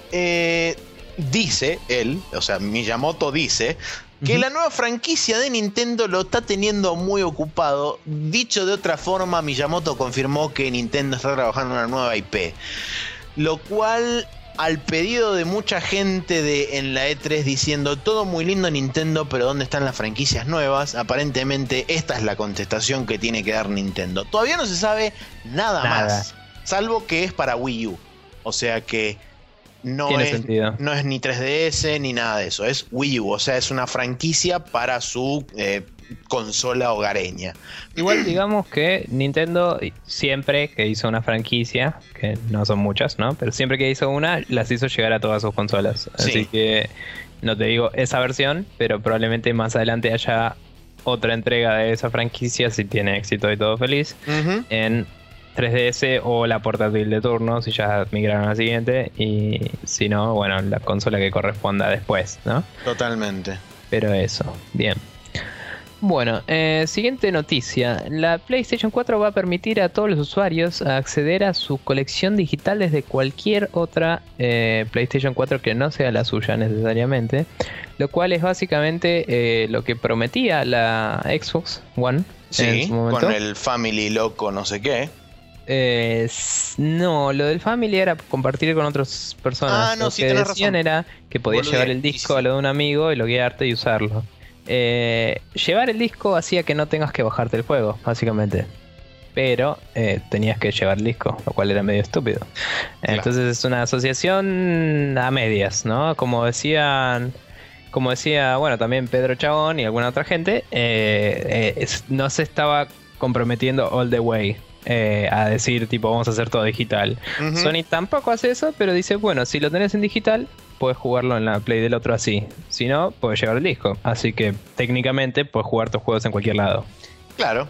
Miyamoto dice que la nueva franquicia de Nintendo lo está teniendo muy ocupado. Dicho de otra forma, Miyamoto confirmó que Nintendo está trabajando en una nueva IP. Lo cual, al pedido de mucha gente en la E3 diciendo todo muy lindo Nintendo, pero ¿dónde están las franquicias nuevas? Aparentemente esta es la contestación que tiene que dar Nintendo. Todavía no se sabe nada más, salvo que es para Wii U. O sea que no es ni 3DS ni nada de eso, es Wii U. O sea, es una franquicia para su consola hogareña. Igual digamos que Nintendo siempre que hizo una franquicia, que no son muchas, ¿no? Pero siempre que hizo una, las hizo llegar a todas sus consolas. Sí. Así que no te digo esa versión, pero probablemente más adelante haya otra entrega de esa franquicia si tiene éxito y todo feliz en 3DS o la portátil de turno si ya migraron a la siguiente, y si no, bueno, la consola que corresponda después, ¿no? Totalmente. Pero eso, bien. Bueno, siguiente noticia. La PlayStation 4 va a permitir a todos los usuarios acceder a su colección digital desde cualquier otra PlayStation 4 que no sea la suya necesariamente, lo cual es básicamente lo que prometía la Xbox One en su momento. Con el Family loco no sé qué. No, lo del Family era compartir con otras personas. Lo que decían era que podías llevar el disco a lo de un amigo y loguearte y usarlo. Llevar el disco hacía que no tengas que bajarte el juego, básicamente. Pero tenías que llevar el disco, lo cual era medio estúpido. Entonces es una asociación a medias, ¿no? Como decía, bueno, también Pedro Chabón y alguna otra gente, no se estaba comprometiendo all the way a decir tipo vamos a hacer todo digital. Sony tampoco hace eso, pero dice, bueno, si lo tenés en digital puedes jugarlo en la Play del otro así. Si no, puedes llevar el disco. Así que técnicamente puedes jugar tus juegos en cualquier lado. Claro.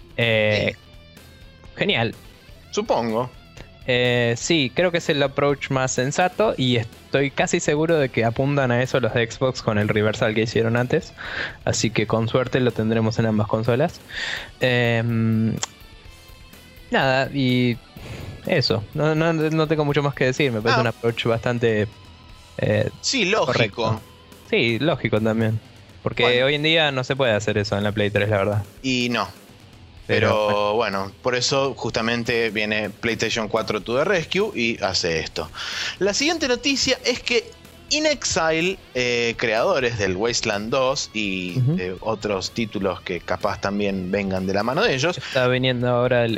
Genial. Supongo. Sí, creo que es el approach más sensato y estoy casi seguro de que apuntan a eso los de Xbox con el reversal que hicieron antes. Así que con suerte lo tendremos en ambas consolas. Nada, y eso. No tengo mucho más que decir. Me parece un approach bastante sí, lógico. Correcto. Sí, lógico también. Porque hoy en día no se puede hacer eso en la Play 3, la verdad. Y no. Pero bueno, por eso justamente viene PlayStation 4 to the Rescue y hace esto. La siguiente noticia es que inXile, creadores del Wasteland 2 y otros títulos que capaz también vengan de la mano de ellos. Está viniendo ahora el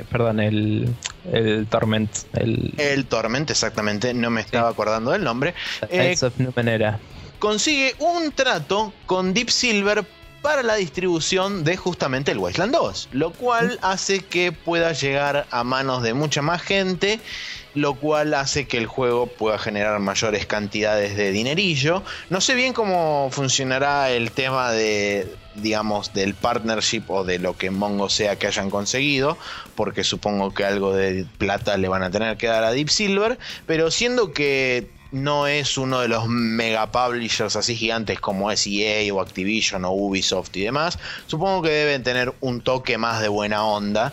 Torment. El Torment, exactamente, no me estaba acordando del nombre. Tides of Numenera. Consigue un trato con Deep Silver para la distribución de justamente el Wasteland 2, lo cual hace que pueda llegar a manos de mucha más gente, lo cual hace que el juego pueda generar mayores cantidades de dinerillo. No sé bien cómo funcionará el tema de, digamos, del partnership o de lo que Mongo sea que hayan conseguido, porque supongo que algo de plata le van a tener que dar a Deep Silver, pero siendo que no es uno de los mega publishers así gigantes como es EA o Activision o Ubisoft y demás, supongo que deben tener un toque más de buena onda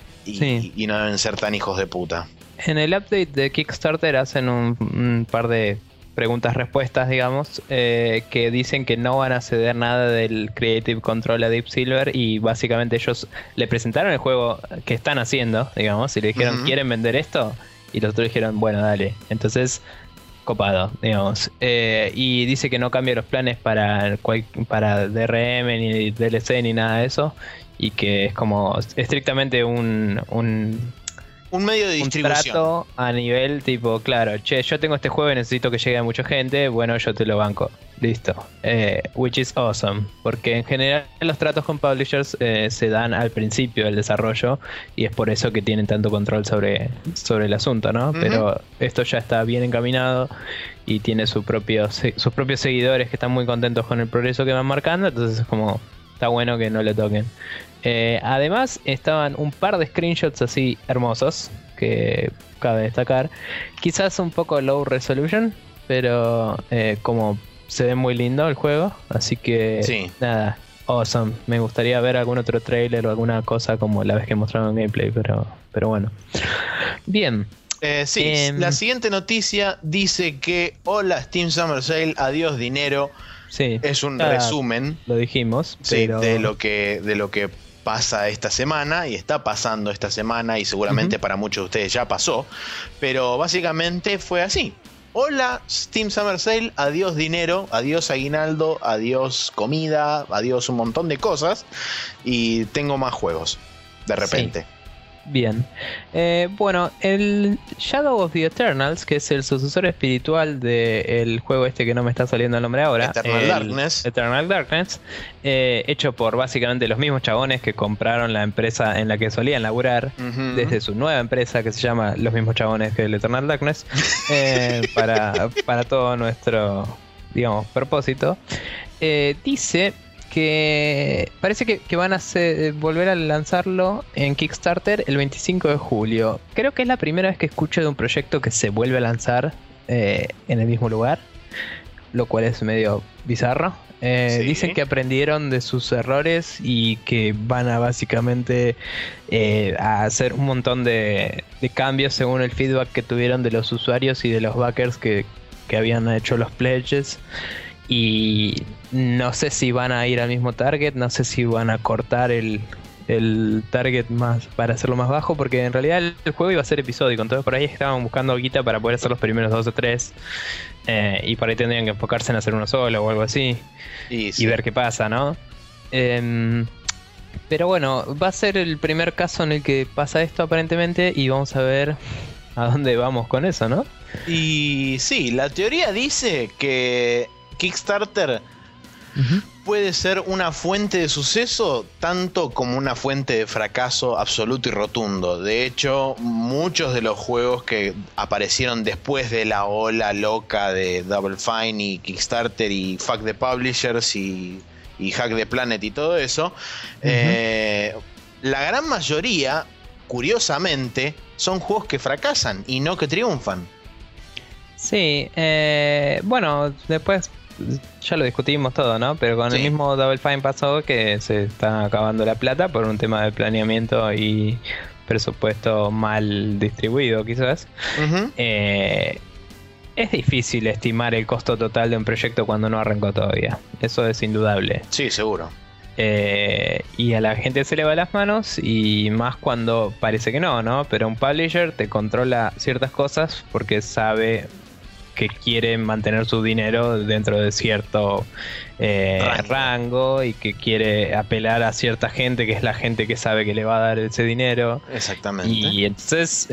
y no deben ser tan hijos de puta. En el update de Kickstarter hacen un par de preguntas-respuestas, digamos, que dicen que no van a ceder nada del Creative Control a Deep Silver, y básicamente ellos le presentaron el juego que están haciendo, digamos, y le dijeron, ¿quieren vender esto? Y los otros dijeron, bueno, dale. Entonces, copado, digamos. Y dice que no cambia los planes para DRM, ni DLC, ni nada de eso, y que es como estrictamente un medio de distribución. Un trato a nivel tipo, claro, che, yo tengo este juego y necesito que llegue a mucha gente, bueno, yo te lo banco. Listo. Which is awesome. Porque en general los tratos con publishers se dan al principio del desarrollo, y es por eso que tienen tanto control sobre el asunto, ¿no? Pero esto ya está bien encaminado y tiene sus propios seguidores que están muy contentos con el progreso que van marcando, entonces es como, está bueno que no le toquen. Además estaban un par de screenshots así hermosos que cabe destacar, quizás un poco low resolution, pero como se ve muy lindo el juego, así que nada, awesome. Me gustaría ver algún otro trailer o alguna cosa como la vez que mostraron gameplay, pero bueno. Bien. La siguiente noticia dice que hola Steam Summer Sale, adiós dinero. Sí, es un resumen, lo dijimos, pero de lo que pasa esta semana y está pasando esta semana, y seguramente para muchos de ustedes ya pasó, pero básicamente fue así. Hola Steam Summer Sale, adiós dinero, adiós aguinaldo, adiós comida, adiós un montón de cosas, y tengo más juegos de repente. Sí. Bien. Bueno, el Shadow of the Eternals, que es el sucesor espiritual del juego este que no me está saliendo el nombre ahora, Eternal Darkness, hecho por básicamente los mismos chabones que compraron la empresa en la que solían laburar, desde su nueva empresa que se llama los mismos chabones que el Eternal Darkness, para todo nuestro, digamos, propósito. Dice que parece que van a volver a lanzarlo en Kickstarter el 25 de julio. Creo que es la primera vez que escucho de un proyecto que se vuelve a lanzar en el mismo lugar, lo cual es medio bizarro. Dicen que aprendieron de sus errores y que van a básicamente a hacer un montón de cambios según el feedback que tuvieron de los usuarios y de los backers que habían hecho los pledges. Y no sé si van a ir al mismo target, no sé si van a cortar el target más para hacerlo más bajo, porque en realidad el juego iba a ser episódico, entonces por ahí estaban buscando guita para poder hacer los primeros 2 o 3, y por ahí tendrían que enfocarse en hacer uno solo o algo así y ver qué pasa, ¿no? Pero bueno, va a ser el primer caso en el que pasa esto aparentemente, y vamos a ver a dónde vamos con eso, ¿no? Y sí, la teoría dice que Kickstarter puede ser una fuente de suceso tanto como una fuente de fracaso absoluto y rotundo. De hecho, muchos de los juegos que aparecieron después de la ola loca de Double Fine y Kickstarter y Fuck the Publishers y Hack the Planet y todo eso, la gran mayoría, curiosamente, son juegos que fracasan y no que triunfan. Sí, bueno, después ya lo discutimos todo, ¿no? Pero con el mismo Double Fine pasó que se está acabando la plata por un tema de planeamiento y presupuesto mal distribuido quizás. Ujú. Es difícil estimar el costo total de un proyecto cuando no arrancó todavía. Eso es indudable. Sí, seguro. Y a la gente se le va las manos, y más cuando parece que no, pero un publisher te controla ciertas cosas porque sabe que quiere mantener su dinero dentro de cierto rango, y que quiere apelar a cierta gente, que es la gente que sabe que le va a dar ese dinero. Exactamente. Y entonces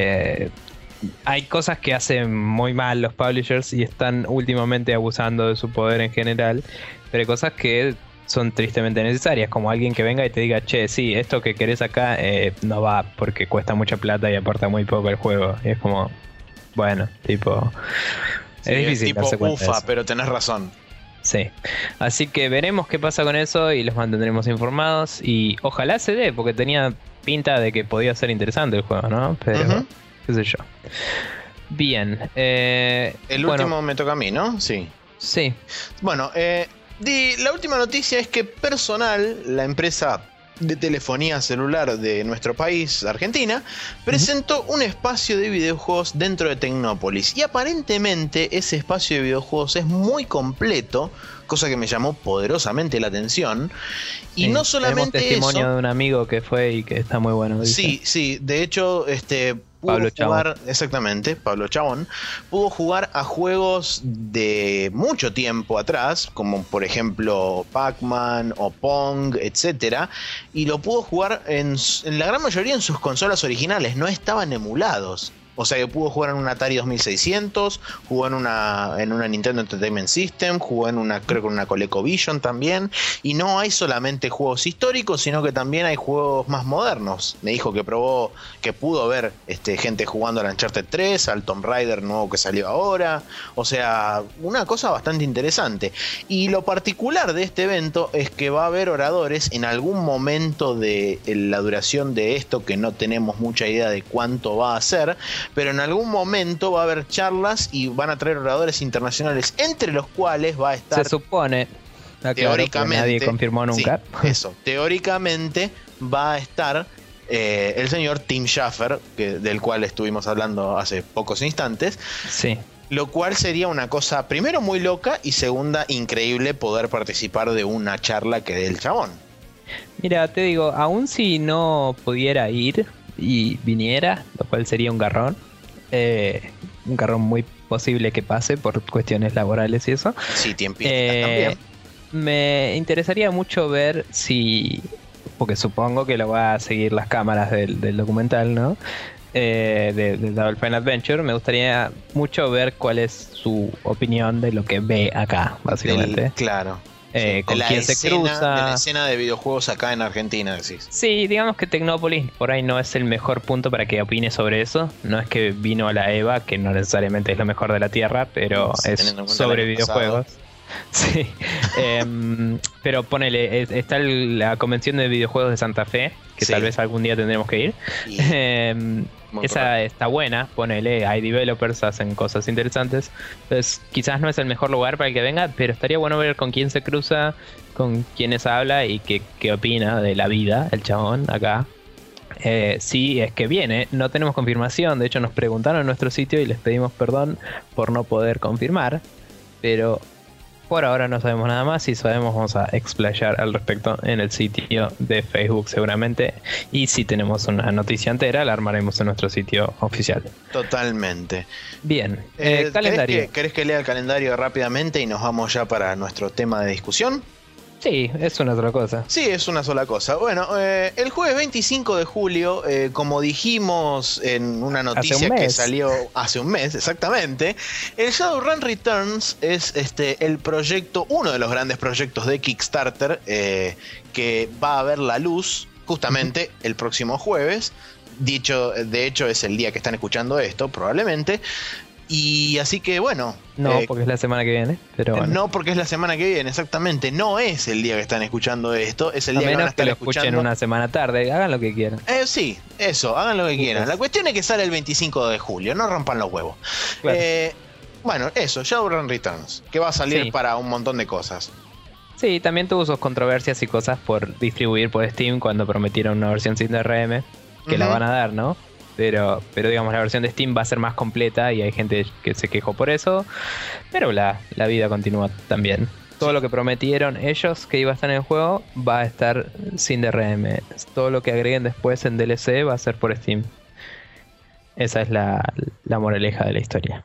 hay cosas que hacen muy mal los publishers y están últimamente abusando de su poder en general, pero hay cosas que son tristemente necesarias, como alguien que venga y te diga, che, sí, esto que querés acá no va porque cuesta mucha plata y aporta muy poco al juego. Y es como, bueno, tipo, Sí, es difícil tipo, darse cuenta de ufa, eso. pero tenés razón. Sí, así que veremos qué pasa con eso y los mantendremos informados, y ojalá se dé, porque tenía pinta de que podía ser interesante el juego, ¿no? Pero, Ujú. qué sé yo. Bien. El bueno, último me toca a mí, ¿no? Sí. sí. Bueno, la última noticia es que Personal, la empresa de telefonía celular de nuestro país, Argentina, presentó un espacio de videojuegos dentro de Tecnópolis. Y aparentemente ese espacio de videojuegos es muy completo, cosa que me llamó poderosamente la atención. Y Sí, no tenemos solamente testimonio eso. de un amigo que fue y que está muy bueno. Dice. Sí, sí, de hecho, pudo Pablo jugar, exactamente, Pablo Chabón, pudo jugar a juegos de mucho tiempo atrás, como por ejemplo Pac-Man o Pong, etcétera, y lo pudo jugar en la gran mayoría en sus consolas originales, no estaban emulados. O sea que pudo jugar en un Atari 2600, jugó en una Nintendo Entertainment System, jugó en creo que en una ColecoVision también. Y no hay solamente juegos históricos, sino que también hay juegos más modernos. Me dijo que probó, que pudo ver gente jugando al Uncharted 3, al Tomb Raider nuevo que salió ahora. O sea, una cosa bastante interesante. Y lo particular de este evento es que va a haber oradores en algún momento de la duración de esto, que no tenemos mucha idea de cuánto va a ser, pero en algún momento va a haber charlas y van a traer oradores internacionales, entre los cuales va a estar, Se supone, teóricamente, nadie confirmó nunca. sí, eso, teóricamente va a estar el señor Tim Schafer, del cual estuvimos hablando hace pocos instantes. Sí. Lo cual sería una cosa, primero, muy loca, y segunda, increíble poder participar de una charla que dé el chabón. Mira, te digo, aún si no pudiera ir y viniera, lo cual sería un garrón muy posible que pase por cuestiones laborales y eso. Sí, tiempísticas también. Me interesaría mucho ver si, porque supongo que lo va a seguir las cámaras del documental, ¿no? De Double Fine Adventure. Me gustaría mucho ver cuál es su opinión de lo que ve acá, básicamente. Claro. Con quién se cruza. De la escena de videojuegos acá en Argentina, decís. Sí, digamos que Tecnópolis por ahí no es el mejor punto para que opine sobre eso. No es que vino a la EVA, que no necesariamente es lo mejor de la Tierra, pero Sí, es teniendo en cuenta sobre el año videojuegos. Sí, pero ponele, está la convención de videojuegos de Santa Fe, que Sí. tal vez algún día tendremos que ir. Y muy Esa probable. está buena, ponele, hay developers, hacen cosas interesantes. Entonces quizás no es el mejor lugar para el que venga, pero estaría bueno ver con quién se cruza, con quiénes habla y qué opina de la vida el chabón acá. Sí, es que viene, no tenemos confirmación. De hecho nos preguntaron en nuestro sitio y les pedimos perdón por no poder confirmar, pero por ahora no sabemos nada más. Si sabemos, vamos a explayar al respecto en el sitio de Facebook seguramente, y si tenemos una noticia entera la armaremos en nuestro sitio oficial. Totalmente. Bien, ¿Querés calendario. ¿Querés que lea el calendario rápidamente y nos vamos ya para nuestro tema de discusión? Sí, es una otra cosa. Sí, es una sola cosa. Bueno, el jueves 25 de julio, como dijimos en una noticia un que mes. salió hace un mes, exactamente, el Shadowrun Returns es el proyecto, uno de los grandes proyectos de Kickstarter, que va a ver la luz justamente el próximo jueves. De hecho, es el día que están escuchando esto, probablemente. Y así que bueno. No, porque es la semana que viene, pero bueno. No, porque es la semana que viene, exactamente. No es el día que están escuchando esto, es el A día que van a menos que estar lo escuchen escuchando. una semana tarde, hagan lo que quieran. Sí, eso, hagan lo que quieran. La cuestión es que sale el 25 de julio, no rompan los huevos. Claro. Bueno, eso, Shadowrun Returns, que va a salir Sí. para un montón de cosas. Sí, también tuvo sus controversias y cosas por distribuir por Steam cuando prometieron una versión sin DRM. que la van a dar, ¿no? Pero digamos, la versión de Steam va a ser más completa y hay gente que se quejó por eso. Pero la vida continúa también. Todo lo que prometieron ellos que iba a estar en el juego va a estar sin DRM. Todo lo que agreguen después en DLC va a ser por Steam. Esa es la moraleja de la historia.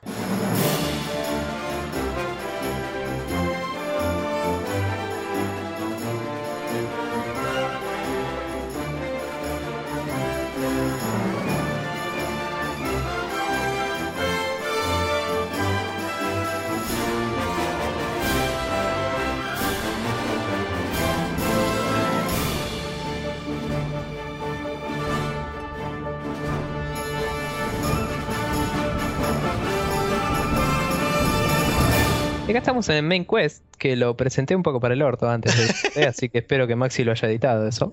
Y acá estamos en el Main Quest, que lo presenté un poco para el orto antes de así que espero que Maxi lo haya editado eso.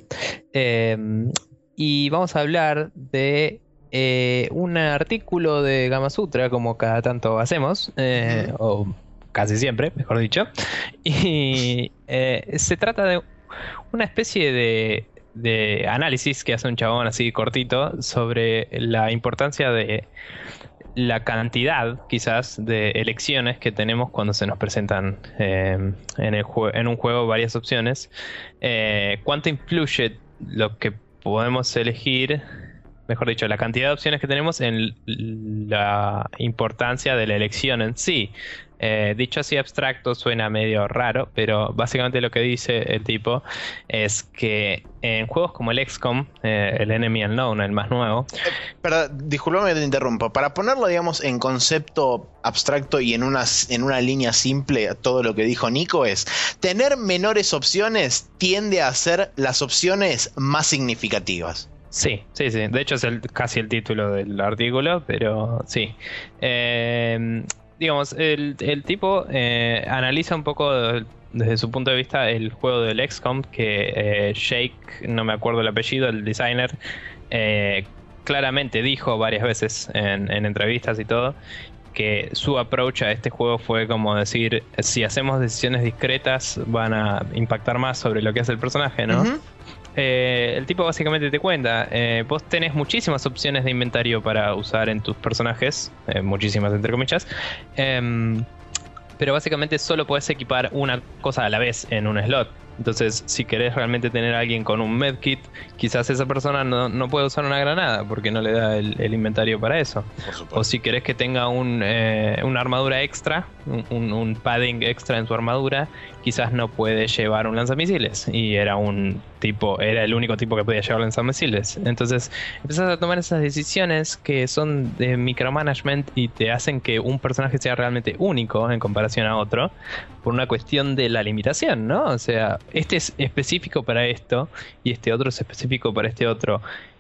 Y vamos a hablar de un artículo de Gamasutra, como cada tanto hacemos, o casi siempre, mejor dicho. Y se trata de una especie de análisis que hace un chabón así cortito sobre la importancia de la cantidad quizás de elecciones que tenemos cuando se nos presentan en un juego varias opciones. ¿Cuánto influye lo que podemos elegir, mejor dicho, la cantidad de opciones que tenemos en la importancia de la elección en sí? Dicho así abstracto suena medio raro, pero básicamente lo que dice el tipo es que en juegos como el XCOM, el Enemy Unknown, el más nuevo... Disculpame que te interrumpa. Para ponerlo, digamos, en concepto abstracto y en una línea simple, todo lo que dijo Nico es: tener menores opciones tiende a ser las opciones más significativas. Sí. De hecho es casi el título del artículo, pero sí. Digamos, el tipo analiza un poco desde su punto de vista el juego del XCOM, que Jake, no me acuerdo el apellido, el designer, claramente dijo varias veces en entrevistas y todo, que su approach a este juego fue como decir: si hacemos decisiones discretas van a impactar más sobre lo que hace el personaje, ¿no? Uh-huh. El tipo básicamente te cuenta, vos tenés muchísimas opciones de inventario para usar en tus personajes, muchísimas entre comillas, pero básicamente solo podés equipar una cosa a la vez en un slot. Entonces, si querés realmente tener a alguien con un medkit, quizás esa persona no puede usar una granada porque no le da el inventario para eso. O si querés que tenga una armadura extra, un padding extra en su armadura, quizás no puede llevar un lanzamisiles. Y era el único tipo que podía llevar lanzamisiles. Entonces, empezás a tomar esas decisiones que son de micromanagement y te hacen que un personaje sea realmente único en comparación a otro, por una cuestión de la limitación, ¿no? O sea, este es específico para esto y este otro es específico para este otro.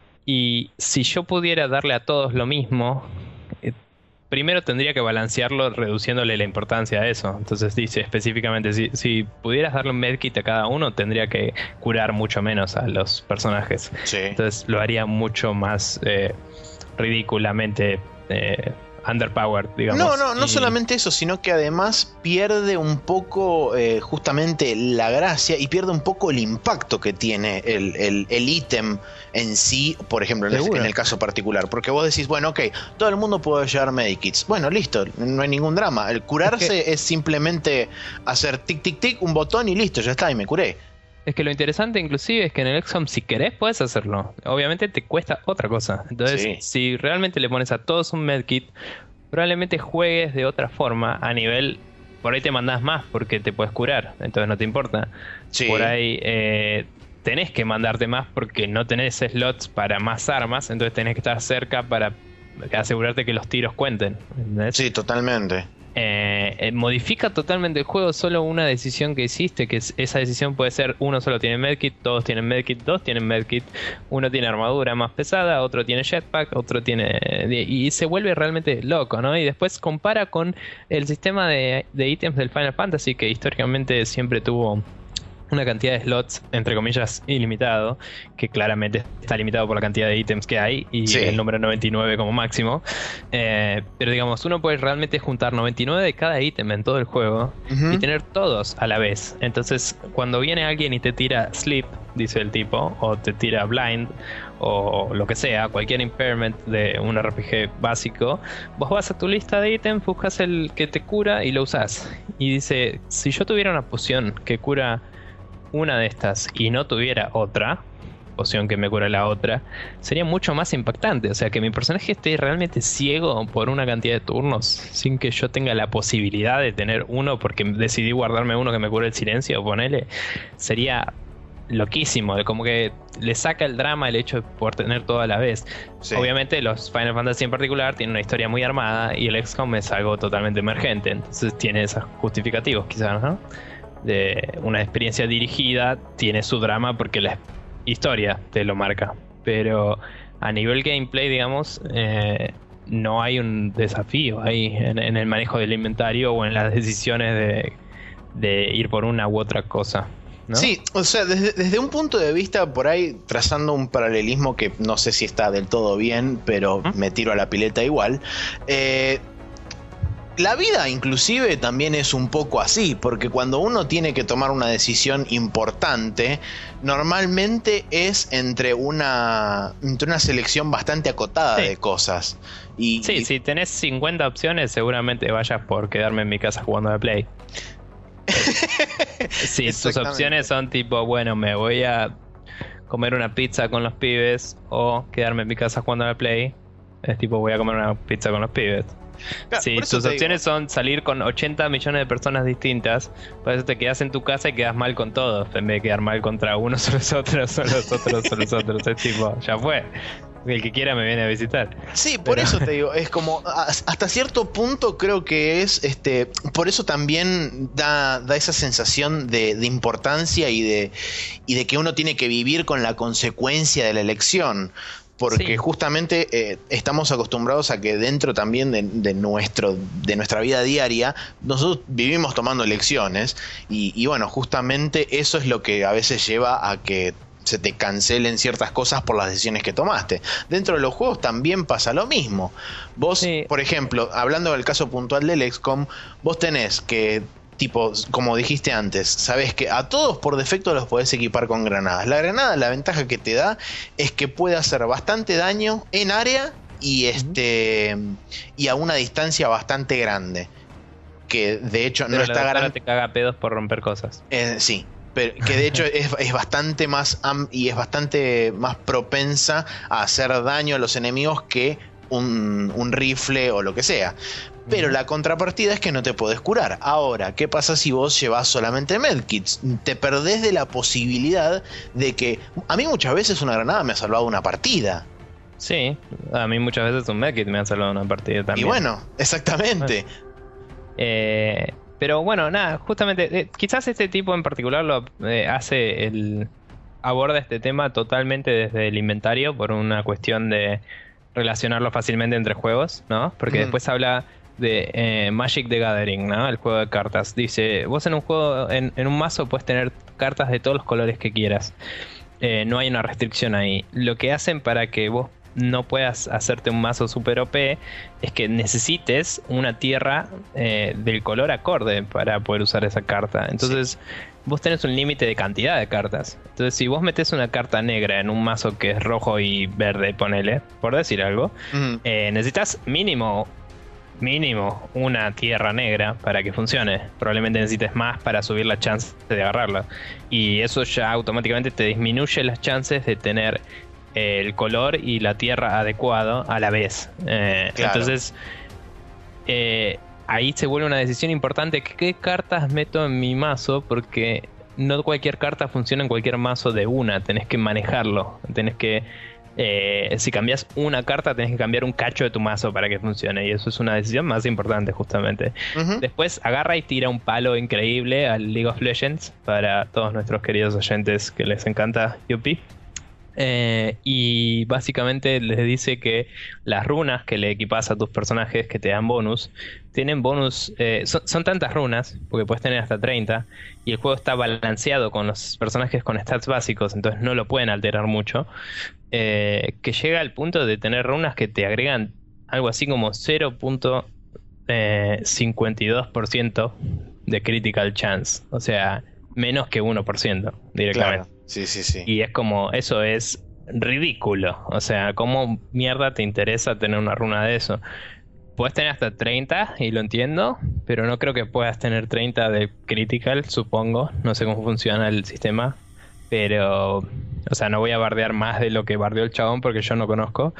Y si yo pudiera darle a todos lo mismo, primero tendría que balancearlo reduciéndole la importancia a eso. Entonces dice específicamente, si pudieras darle un medkit a cada uno, tendría que curar mucho menos a los personajes. Sí. Entonces lo haría mucho más ridículamente underpowered, digamos. No solamente eso, sino que además pierde un poco justamente la gracia y pierde un poco el impacto que tiene el ítem en sí, por ejemplo, en el caso particular. Porque vos decís, bueno, ok, todo el mundo puede llevar medikits. Bueno, listo, no hay ningún drama. El curarse es simplemente hacer tic, tic, tic, un botón y listo, ya está, y me curé. Es que lo interesante inclusive es que en el XCOM, si querés, puedes hacerlo. Obviamente te cuesta otra cosa. Entonces, si realmente le pones a todos un medkit, probablemente juegues de otra forma a nivel... Por ahí te mandás más porque te puedes curar, entonces no te importa. Sí. Por ahí tenés que mandarte más porque no tenés slots para más armas, entonces tenés que estar cerca para asegurarte que los tiros cuenten, ¿entendés? Sí, totalmente. Modifica totalmente el juego solo una decisión que hiciste, que esa decisión puede ser: uno solo tiene medkit, todos tienen medkit, dos tienen medkit, uno tiene armadura más pesada, otro tiene jetpack, otro tiene... y se vuelve realmente loco, ¿no? Y después compara con el sistema de ítems del Final Fantasy, que históricamente siempre tuvo una cantidad de slots, entre comillas, ilimitado, que claramente está limitado por la cantidad de ítems que hay y el número 99 como máximo. Pero digamos, uno puede realmente juntar 99 de cada ítem en todo el juego y tener todos a la vez. Entonces, cuando viene alguien y te tira sleep, dice el tipo, o te tira blind, o lo que sea, cualquier impairment de un RPG básico, vos vas a tu lista de ítems, buscas el que te cura y lo usás. Y dice, si yo tuviera una poción que cura una de estas y no tuviera otra poción que me cura la otra, sería mucho más impactante. O sea, que mi personaje esté realmente ciego por una cantidad de turnos sin que yo tenga la posibilidad de tener uno porque decidí guardarme uno que me cure el silencio, ponele, sería loquísimo. Como que le saca el drama el hecho de poder tener todo a la vez. Sí. Obviamente los Final Fantasy en particular tienen una historia muy armada y el XCOM es algo totalmente emergente, entonces tiene esos justificativos quizás, ¿no? De una experiencia dirigida tiene su drama porque la historia te lo marca, pero a nivel gameplay, digamos, no hay un desafío ahí en el manejo del inventario o en las decisiones de ir por una u otra cosa, ¿no? Sí, o sea, desde un punto de vista por ahí, trazando un paralelismo que no sé si está del todo bien, pero me tiro a la pileta igual. La vida inclusive también es un poco así, porque cuando uno tiene que tomar una decisión importante, normalmente es entre una selección bastante acotada de cosas. Sí, si tenés 50 opciones, seguramente vayas por quedarme en mi casa jugando a la Play. Si tus opciones son tipo, bueno, me voy a comer una pizza con los pibes o quedarme en mi casa jugando a la Play, es tipo, voy a comer una pizza con los pibes. Claro, si tus opciones son salir con 80 millones de personas distintas, por eso te quedas en tu casa y quedas mal con todos, en vez de quedar mal contra uno, son los otros, son los otros, son los otros. Es tipo, ya fue. El que quiera me viene a visitar. Sí, por eso te digo, es como hasta cierto punto creo que es por eso también da esa sensación de importancia y de que uno tiene que vivir con la consecuencia de la elección. Porque justamente estamos acostumbrados a que dentro también de nuestra vida diaria nosotros vivimos tomando elecciones y bueno, justamente eso es lo que a veces lleva a que se te cancelen ciertas cosas por las decisiones que tomaste. Dentro de los juegos también pasa lo mismo. Vos, por ejemplo, hablando del caso puntual del XCOM, vos tenés que, tipo, como dijiste antes, sabés que a todos por defecto los podés equipar con granadas. La granada, la ventaja que te da es que puede hacer bastante daño en área y y a una distancia bastante grande. Que de hecho pero no está garantizado. Te caga pedos por romper cosas. Sí. Pero que de hecho es bastante más y es bastante más propensa a hacer daño a los enemigos que un rifle o lo que sea. Pero la contrapartida es que no te podés curar. Ahora, ¿qué pasa si vos llevas solamente medkits? Te perdés de la posibilidad de que... A mí muchas veces una granada me ha salvado una partida. Sí, a mí muchas veces un medkit me ha salvado una partida también. Y bueno, exactamente. Pero bueno, nada, justamente, quizás este tipo en particular lo aborda este tema totalmente desde el inventario por una cuestión de relacionarlo fácilmente entre juegos, ¿no? Porque después habla de Magic the Gathering, ¿no? El juego de cartas. Dice, vos en un juego, en un mazo puedes tener cartas de todos los colores que quieras. No hay una restricción ahí. Lo que hacen para que vos no puedas hacerte un mazo super OP es que necesites una tierra del color acorde para poder usar esa carta. Entonces vos tenés un límite de cantidad de cartas. Entonces si vos metés una carta negra en un mazo que es rojo y verde, ponele, por decir algo, necesitas mínimo una tierra negra para que funcione. Probablemente necesites más para subir la chance de agarrarla, y eso ya automáticamente te disminuye las chances de tener el color y la tierra adecuado a la vez. Entonces ahí se vuelve una decisión importante. ¿Qué cartas meto en mi mazo? Porque no cualquier carta funciona en cualquier mazo de una. Tenés que manejarlo. Tenés que si cambias una carta, tenés que cambiar un cacho de tu mazo para que funcione. Y eso es una decisión más importante, justamente. Después agarra y tira un palo increíble al League of Legends para todos nuestros queridos oyentes que les encanta Yuppie. Y básicamente les dice que las runas que le equipas a tus personajes que te dan bonus, tienen bonus, son tantas runas, porque puedes tener hasta 30, y el juego está balanceado con los personajes con stats básicos, entonces no lo pueden alterar mucho, que llega al punto de tener runas que te agregan algo así como 0.52% de critical chance, o sea, menos que 1% directamente. Claro. Sí, sí, sí. Y es como, eso es ridículo. O sea, ¿cómo mierda te interesa tener una runa de eso? Puedes tener hasta 30 y lo entiendo, pero no creo que puedas tener 30 de critical, supongo. No sé cómo funciona el sistema, pero, o sea, no voy a bardear más de lo que bardeó el chabón porque yo no conozco.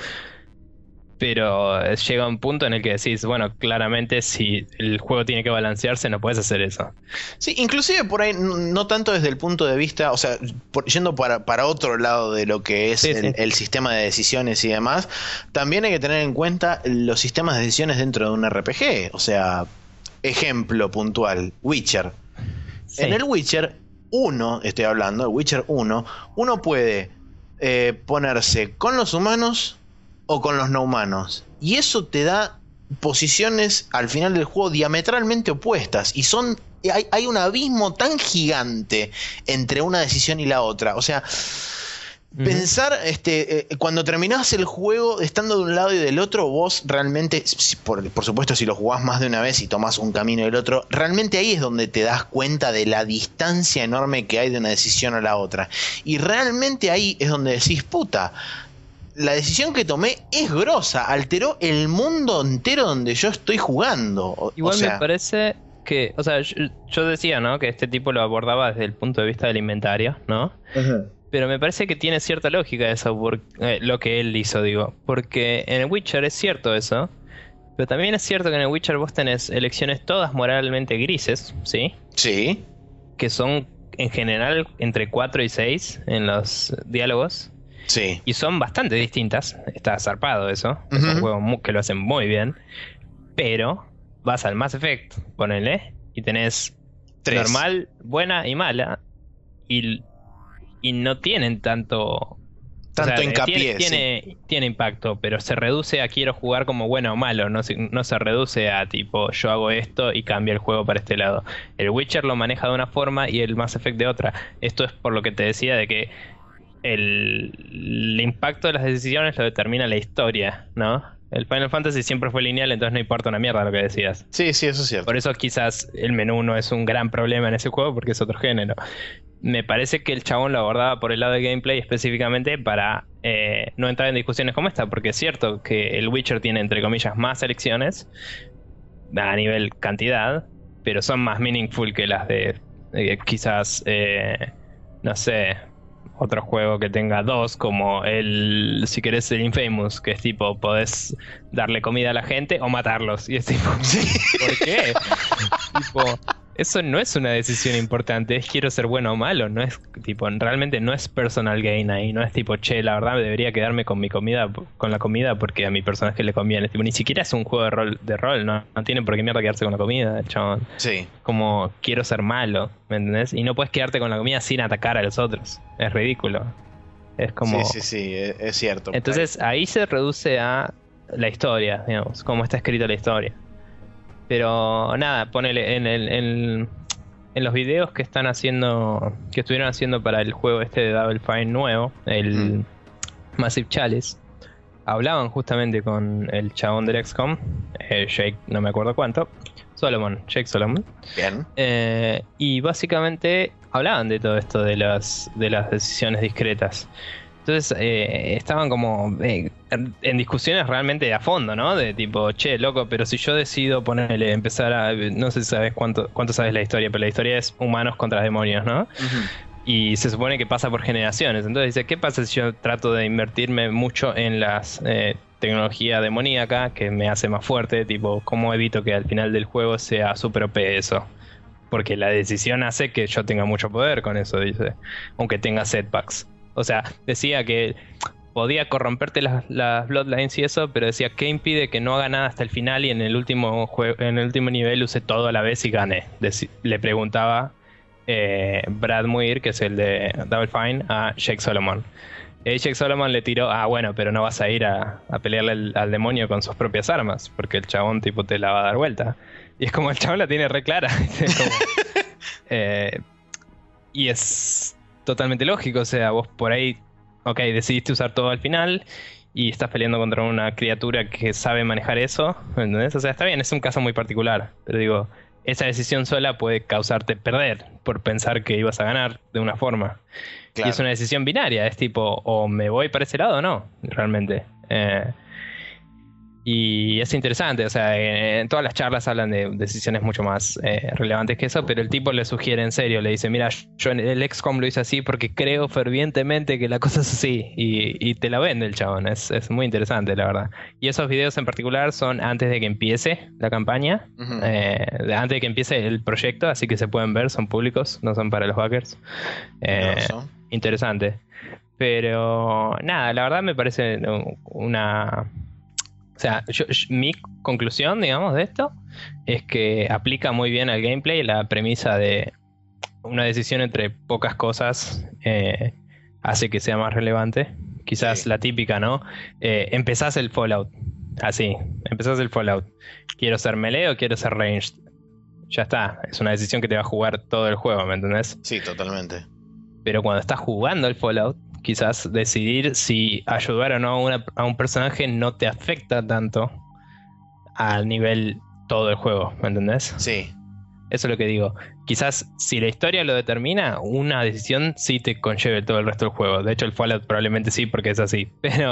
Pero llega un punto en el que decís, bueno, claramente si el juego tiene que balancearse, no puedes hacer eso. Sí, inclusive por ahí, no tanto desde el punto de vista, o sea, yendo para otro lado de lo que es Sí, sí. el sistema de decisiones y demás, también hay que tener en cuenta los sistemas de decisiones dentro de un RPG. O sea, ejemplo puntual, Witcher. En Sí. el Witcher uno estoy hablando, el Witcher uno puede ponerse con los humanos o con los no humanos. Y eso te da posiciones al final del juego diametralmente opuestas. Y hay un abismo tan gigante entre una decisión y la otra. O sea, Ujú. pensar, cuando terminás el juego, estando de un lado y del otro, vos realmente, por supuesto, si lo jugás más de una vez y tomás un camino y el otro, realmente ahí es donde te das cuenta de la distancia enorme que hay de una decisión a la otra. Y realmente ahí es donde decís, puta, la decisión que tomé es grosa, alteró el mundo entero donde yo estoy jugando. O Igual me sea, parece que, o sea, yo decía, ¿no? Que este tipo lo abordaba desde el punto de vista del inventario, ¿no? ujú, Pero me parece que tiene cierta lógica eso, lo que él hizo, digo. Porque en el Witcher es cierto eso, pero también es cierto que en el Witcher vos tenés elecciones todas moralmente grises, ¿sí? sí, Que son en general entre 4 y 6 en los diálogos. sí. Y son bastante distintas. Está zarpado eso. Es un Ujú. juego que lo hacen muy bien. Pero vas al Mass Effect, ponele, y tenés Tres. normal, buena y mala. Y, y no tienen tanto. O Tanto sea, tiene, hincapié, sí. tiene impacto, pero se reduce a quiero jugar como bueno o malo. No se reduce a tipo yo hago esto y cambia el juego para este lado. El Witcher lo maneja de una forma y el Mass Effect de otra. Esto es por lo que te decía de que el impacto de las decisiones lo determina la historia, ¿no? El Final Fantasy siempre fue lineal, entonces no importa una mierda lo que decías. Sí, sí, eso es Por cierto. eso quizás el menú no es un gran problema en ese juego porque es otro género. Me parece que el chabón lo abordaba por el lado de gameplay específicamente para no entrar en discusiones como esta, porque es cierto que el Witcher tiene entre comillas más elecciones a nivel cantidad, pero son más meaningful que las de quizás, no sé, otro juego que tenga dos, como si querés el Infamous, que es tipo, podés darle comida a la gente o matarlos. Y es tipo, ¿por qué? Tipo, eso no es una decisión importante, es quiero ser bueno o malo, no es tipo, realmente no es personal gain ahí, no es tipo, che, la verdad debería quedarme con mi comida, con la comida porque a mi personaje le conviene. Tipo, ni siquiera es un juego de rol, no tiene por qué mierda quedarse con la comida, chabón. Sí. Como quiero ser malo, ¿me entendés? Y no puedes quedarte con la comida sin atacar a los otros. Es ridículo. Es Sí, como. sí, sí, es cierto. Entonces ahí se reduce a la historia, digamos, cómo está escrita la historia. Pero nada, ponele en los videos que están haciendo, que estuvieron haciendo para el juego este de Double Fine nuevo, Mm, el Massive Chalice, hablaban justamente con el chabón del XCOM, Jake, no me acuerdo cuánto, Jake Solomon, bien. y básicamente hablaban de todo esto de las decisiones discretas. Entonces estaban como en discusiones realmente a fondo, ¿no? De tipo, che, loco, pero si yo decido ponerle, empezar a. No sé si sabes cuánto sabes la historia, pero la historia es humanos contra demonios, ¿no? Ujú. Y se supone que pasa por generaciones. Entonces dice, ¿qué pasa si yo trato de invertirme mucho en las tecnología demoníaca que me hace más fuerte? Tipo, ¿cómo evito que al final del juego sea super OP eso? Porque la decisión hace que yo tenga mucho poder con eso, dice. Aunque tenga setbacks. O sea, decía que podía corromperte las bloodlines y eso, pero decía que impide que no haga nada hasta el final y en el último en el último nivel use todo a la vez y gane. Le preguntaba Brad Muir, que es el de Double Fine, a Jake Solomon. Y Jake Solomon le tiró, bueno, pero no vas a ir a pelearle al demonio con sus propias armas, porque el chabón tipo te la va a dar vuelta. Y es como el chabón la tiene re clara. Es como, eh, y es totalmente lógico, o sea, vos por ahí, ok, decidiste usar todo al final y estás peleando contra una criatura que sabe manejar eso, ¿me entendés? O sea, está bien, es un caso muy particular, pero digo, esa decisión sola puede causarte perder por pensar que ibas a ganar de una forma. Claro. Y es una decisión binaria, es tipo, o me voy para ese lado o no, realmente. Y es interesante, o sea, en todas las charlas hablan de decisiones mucho más relevantes que eso, pero el tipo le sugiere en serio, le dice, mira, yo en el XCOM lo hice así porque creo fervientemente que la cosa es así, y te la vende el chabón, es muy interesante, la verdad. Y esos videos en particular son antes de que empiece la campaña, antes de que empiece el proyecto, así que se pueden ver, son públicos, no son para los hackers. Interesante. Pero nada, la verdad me parece una... O sea, mi conclusión, digamos, de esto es que aplica muy bien al gameplay la premisa de una decisión entre pocas cosas hace que sea más relevante. Quizás la típica, ¿no? Empezás el Fallout. Así, empezás el Fallout. ¿Quiero ser melee o quiero ser ranged? Ya está, es una decisión que te va a jugar todo el juego, ¿me entendés? Sí, totalmente. Pero cuando estás jugando el Fallout, quizás decidir si ayudar o no a un personaje no te afecta tanto al nivel todo el juego, ¿me entendés? Sí. Eso es lo que digo. Quizás si la historia lo determina, una decisión sí te conlleve todo el resto del juego. De hecho, el Fallout probablemente sí, porque es así.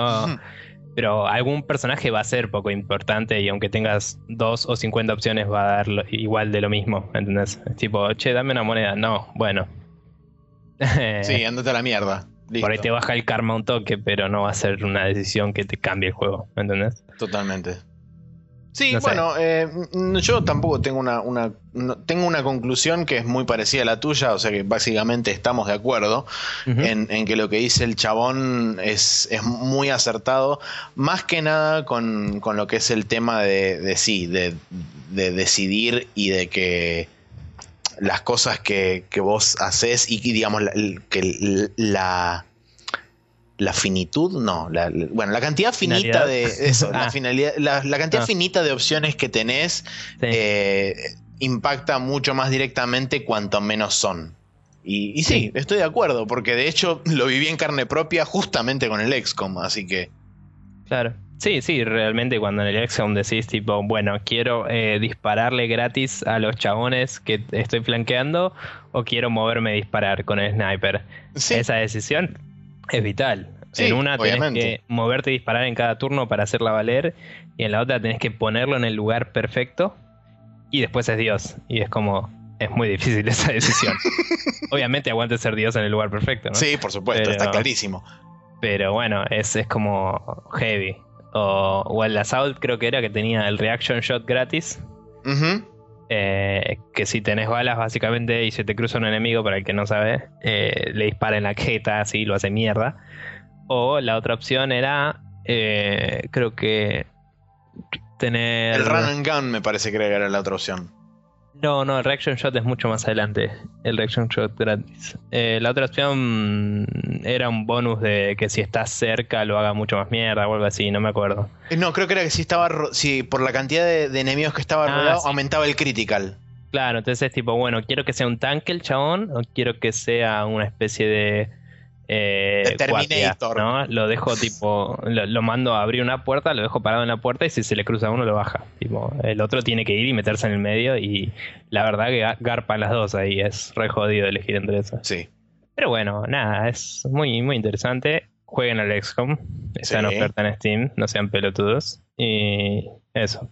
Pero algún personaje va a ser poco importante y aunque tengas 2 o 50 opciones va a dar igual de lo mismo, ¿me entendés? Es tipo, che, dame una moneda. No, bueno. Sí, andate a la mierda. Listo. Por ahí te baja el karma un toque, pero no va a ser una decisión que te cambie el juego, ¿me entendés? Totalmente. Sí, no bueno, yo tampoco tengo tengo una conclusión que es muy parecida a la tuya, o sea que básicamente estamos de acuerdo en que lo que dice el chabón es muy acertado, más que nada con lo que es el tema de decidir y de que las cosas que vos haces y digamos la finitud, no, la cantidad finita de eso, la finalidad, la cantidad finita de opciones que tenés impacta mucho más directamente cuanto menos son. Y sí, estoy de acuerdo, porque de hecho lo viví en carne propia justamente con el XCOM, así que... Claro. Sí, realmente cuando en el XCOM decís tipo, bueno, quiero dispararle gratis a los chabones que estoy flanqueando o quiero moverme y disparar con el sniper. Sí. Esa decisión es vital. Sí, en una tenés que moverte y disparar en cada turno para hacerla valer y en la otra tenés que ponerlo en el lugar perfecto y después es Dios. Y es como, es muy difícil esa decisión. Obviamente aguante ser Dios en el lugar perfecto, ¿no? Sí, por supuesto, está clarísimo. Pero bueno, es como heavy. O el Assault creo que era que tenía el Reaction Shot gratis. Que si tenés balas básicamente y se te cruza un enemigo, para el que no sabe, le dispara en la jeta, así lo hace mierda. O la otra opción era creo que tener... El Run and Gun me parece que era la otra opción. No, el Reaction Shot es mucho más adelante. El Reaction Shot gratis. La otra opción era un bonus de que si estás cerca lo haga mucho más mierda o algo así, no me acuerdo. No, creo que era que si por la cantidad de enemigos que estaba rodeado, aumentaba el critical. Claro, entonces es tipo, bueno, quiero que sea un tanque el chabón o quiero que sea una especie de Terminator, ¿no? Lo dejo tipo, lo mando a abrir una puerta, lo dejo parado en la puerta y si se le cruza uno lo baja. Tipo, el otro tiene que ir y meterse en el medio y la verdad que garpan las dos ahí, es re jodido elegir entre eso. Sí. Pero bueno, nada, es muy, muy interesante. Jueguen al XCOM, está en oferta en Steam, no sean pelotudos. Y eso.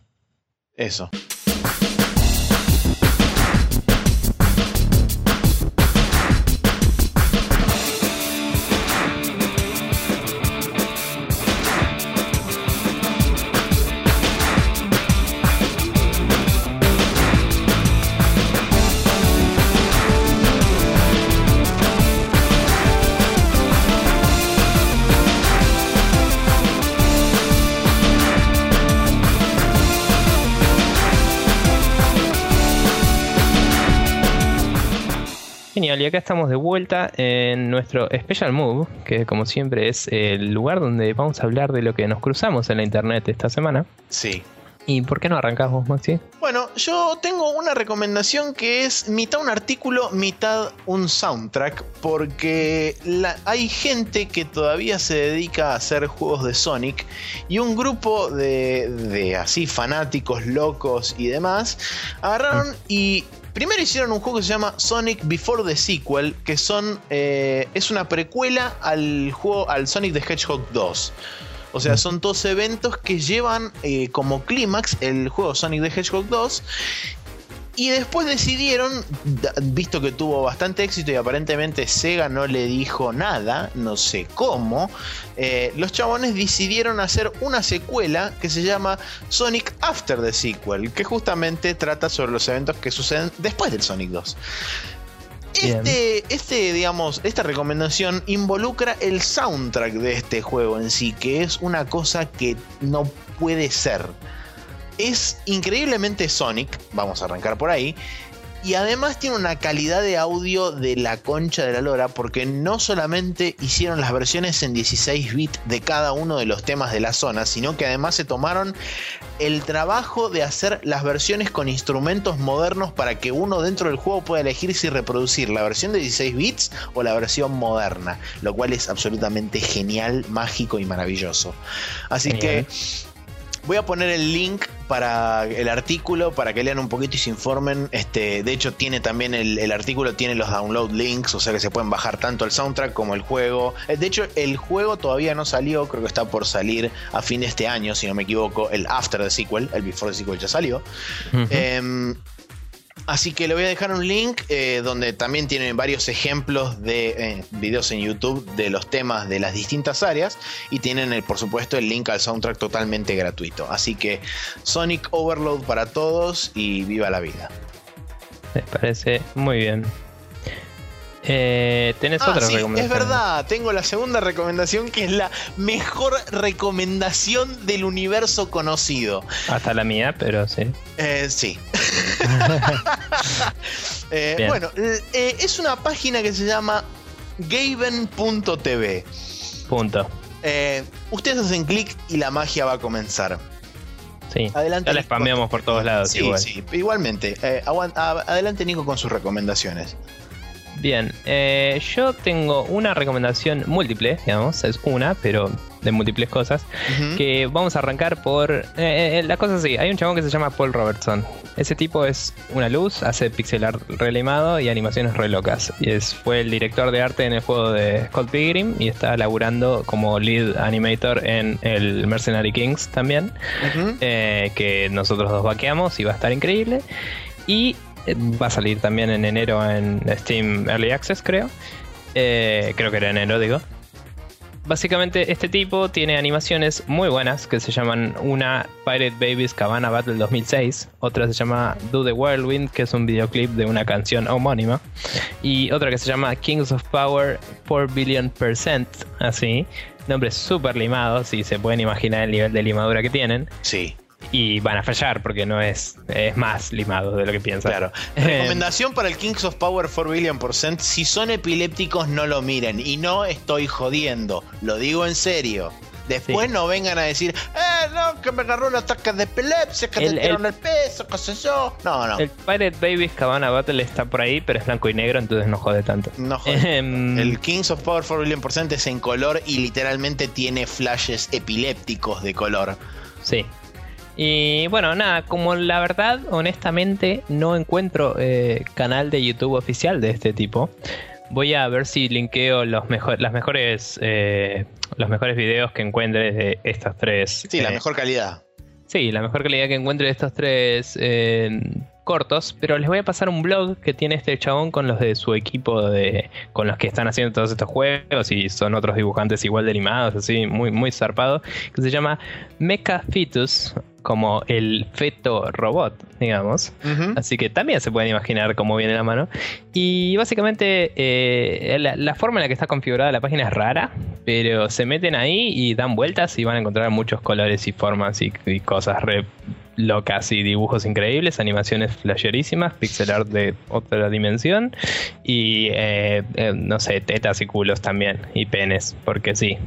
Genial, y acá estamos de vuelta en nuestro Special Move, que como siempre es el lugar donde vamos a hablar de lo que nos cruzamos en la internet esta semana. Sí. ¿Y por qué no arrancás vos, Maxi? Bueno, yo tengo una recomendación que es mitad un artículo, mitad un soundtrack, porque hay gente que todavía se dedica a hacer juegos de Sonic y un grupo de así fanáticos, locos y demás, agarraron y primero hicieron un juego que se llama Sonic Before the Sequel, que es una precuela al Sonic the Hedgehog 2. O sea, son dos eventos que llevan como clímax el juego Sonic the Hedgehog 2. Y después decidieron, visto que tuvo bastante éxito y aparentemente Sega no le dijo nada, no sé cómo, los chabones decidieron hacer una secuela que se llama Sonic After the Sequel, que trata sobre los eventos que suceden después del Sonic 2. Esta recomendación involucra el soundtrack de este juego en sí, que es una cosa que no puede ser. Es increíblemente Sonic, vamos a arrancar por ahí, y además tiene una calidad de audio de la concha de la lora, porque no solamente hicieron las versiones en 16 bits de cada uno de los temas de la zona, sino que además se tomaron el trabajo de hacer las versiones con instrumentos modernos para que uno dentro del juego pueda elegir si reproducir la versión de 16 bits o la versión moderna, lo cual es absolutamente genial, mágico y maravilloso. Así que voy a poner el link para el artículo para que lean un poquito y se informen. De hecho, tiene también el artículo, tiene los download links, o sea que se pueden bajar tanto el soundtrack como el juego. De hecho, el juego todavía no salió, creo que está por salir a fin de este año, si no me equivoco. El After the Sequel, el Before the Sequel ya salió. Así que le voy a dejar un link donde también tienen varios ejemplos de videos en YouTube de los temas de las distintas áreas y tienen por supuesto el link al soundtrack totalmente gratuito. Así que Sonic Overload para todos y viva la vida. Me parece muy bien. ¿Tenés otra recomendación? Es verdad, tengo la segunda recomendación que es la mejor recomendación del universo conocido. Hasta la mía, pero sí. Sí. Bueno, es una página que se llama Gaben.tv. Punto. Ustedes hacen clic y la magia va a comenzar. Sí, adelante, ya la spameamos por todos lados. Sí, igual. Sí, igualmente. Adelante, Nico, con sus recomendaciones. Bien, yo tengo una recomendación múltiple, digamos, es una, pero de múltiples cosas, que vamos a arrancar por... la cosa así, hay un chabón que se llama Paul Robertson. Ese tipo es una luz, hace pixel art re limado y animaciones re locas. Y fue el director de arte en el juego de Scott Pilgrim y está laburando como lead animator en el Mercenary Kings también, que nosotros dos vaqueamos y va a estar increíble. Y va a salir también en enero en Steam Early Access, creo. Creo que era enero, digo. Básicamente este tipo tiene animaciones muy buenas que se llaman una Pirate Babies Cabana Battle 2006, otra se llama Do the Whirlwind, que es un videoclip de una canción homónima, y otra que se llama Kings of Power 4 billion%, así, nombres súper limados y se pueden imaginar el nivel de limadura que tienen. Sí. Y van a fallar porque no es más limado de lo que piensan. Claro. Recomendación para el Kings of Power 4 billion%: si son epilépticos, no lo miren. Y no estoy jodiendo, lo digo en serio. Después no vengan a decir, no, que me agarró un ataque de epilepsia, que te tiraron el peso, qué sé yo. No. El Pirate Babies Cabana Battle está por ahí, pero es blanco y negro, entonces no jode tanto. No jode. El Kings of Power 4 billion% es en color y literalmente tiene flashes epilépticos de color. Sí. Y bueno, nada, como la verdad, honestamente, no encuentro canal de YouTube oficial de este tipo, voy a ver si linkeo los mejores videos que encuentre de estas tres. Sí, la mejor calidad. Sí, la mejor calidad que encuentre de estos tres cortos, pero les voy a pasar un blog que tiene este chabón con los de su equipo, con los que están haciendo todos estos juegos y son otros dibujantes igual de animados, así, muy, muy zarpado, que se llama Mecha Fetus, como el feto robot, digamos. Así que también se pueden imaginar cómo viene la mano. Y básicamente la forma en la que está configurada la página es rara, pero se meten ahí y dan vueltas y van a encontrar muchos colores y formas y cosas re locas y dibujos increíbles, animaciones flasherísimas, pixel art de otra dimensión y no sé, tetas y culos también y penes, porque sí.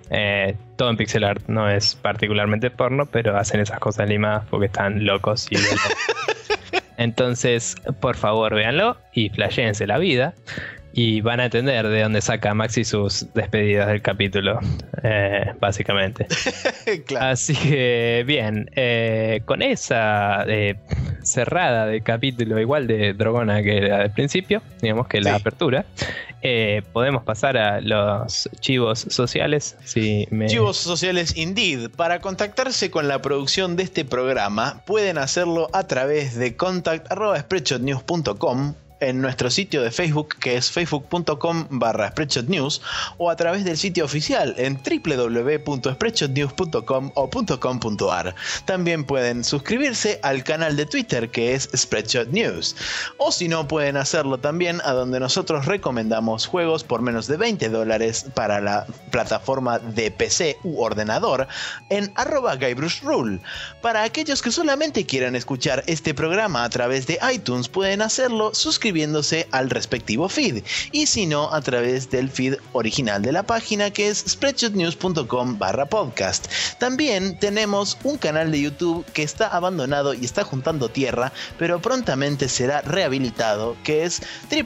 Todo en pixel art, no es particularmente porno, pero hacen esas cosas limadas porque están locos y entonces, por favor, véanlo y flashéense la vida. Y van a entender de dónde saca Maxi sus despedidas del capítulo, básicamente. Claro. Así que, bien, con esa cerrada de capítulo igual de drogona que era al principio, digamos que la apertura, podemos pasar a los chivos sociales. Chivos sociales, indeed. Para contactarse con la producción de este programa, pueden hacerlo a través de contact@spreadshotnews.com, en nuestro sitio de Facebook, que es facebook.com/SpreadshotNews, o a través del sitio oficial en www.spreadshotnews.com o .com.ar. También pueden suscribirse al canal de Twitter, que es Spreadshot News, o si no, pueden hacerlo también a donde nosotros recomendamos juegos por menos de $20 para la plataforma de PC u ordenador en @GuybrushRule. Para aquellos que solamente quieran escuchar este programa a través de iTunes, pueden hacerlo suscribiéndose al respectivo feed, y si no, a través del feed original de la página, que es spreadshotnews.com/podcast. También tenemos un canal de YouTube que está abandonado y está juntando tierra, pero prontamente será rehabilitado, que es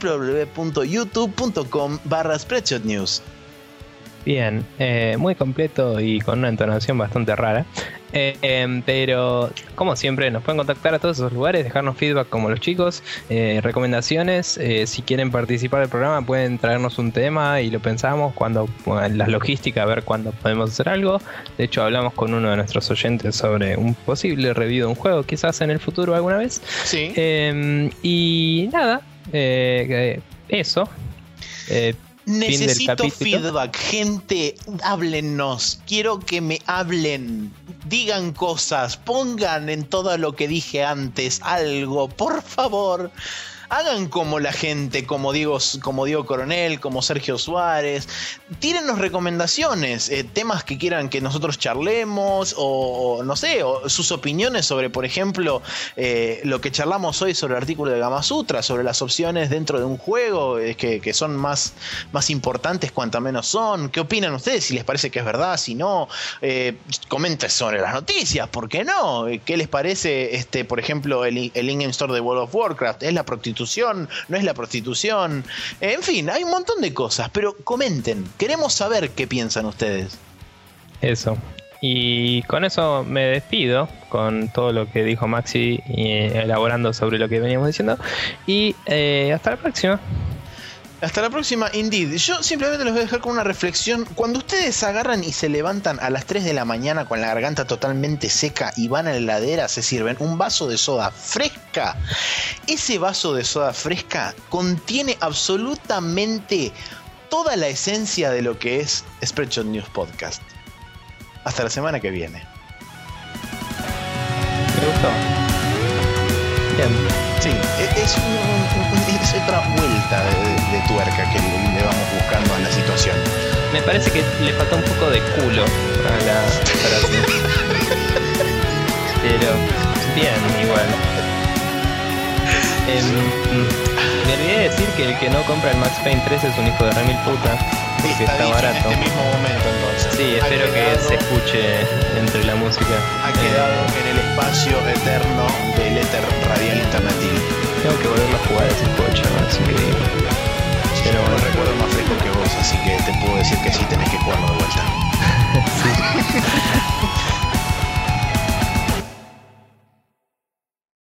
www.youtube.com/spreadshotnews. Bien, muy completo y con una entonación bastante rara. Pero como siempre nos pueden contactar a todos esos lugares, dejarnos feedback como los chicos, recomendaciones. Si quieren participar del programa pueden traernos un tema y lo pensamos la logística, a ver cuándo podemos hacer algo. De hecho hablamos con uno de nuestros oyentes sobre un posible review de un juego, quizás en el futuro alguna vez. Sí. Y nada, eso. Necesito feedback, gente, háblennos, quiero que me hablen, digan cosas, pongan en todo lo que dije antes algo, por favor. Hagan como la gente, como Diego Coronel, como Sergio Suárez. Tírennos recomendaciones, temas que quieran que nosotros charlemos, o no sé, o sus opiniones sobre, por ejemplo, lo que charlamos hoy sobre el artículo de Gamasutra, sobre las opciones dentro de un juego que son más importantes cuanto menos son. ¿Qué opinan ustedes? Si les parece que es verdad, si no, comenten sobre las noticias, ¿por qué no? ¿Qué les parece, por ejemplo, el in-game store de World of Warcraft? ¿Es la prostitución? ¿No es la prostitución? En fin, hay un montón de cosas, pero comenten. Queremos saber qué piensan ustedes. Eso. Y con eso me despido, con todo lo que dijo Maxi, elaborando sobre lo que veníamos diciendo. Y hasta la próxima. Hasta la próxima, indeed. Yo simplemente los voy a dejar con una reflexión. Cuando ustedes agarran y se levantan a las 3 de la mañana con la garganta totalmente seca y van a la heladera, se sirven un vaso de soda fresca. Ese vaso de soda fresca contiene absolutamente toda la esencia de lo que es Spreadshot News Podcast. Hasta la semana que viene. ¿Te gustó? Bien. Sí, es otra vuelta de tuerca que le vamos buscando a la situación. Me parece que le falta un poco de culo a la frase. Pero bien, igual. Me olvidé de decir que el que no compra el Max Payne 3 es un hijo de remil puta. Porque está barato. En este mismo momento, entonces. Sí, espero que se escuche entre la música. Ha quedado en el espacio eterno del éter radial alternativo. Tengo que volverlo a jugar ese juego, chaval, así que... Pero no recuerdo más fresco que vos, así que te puedo decir que sí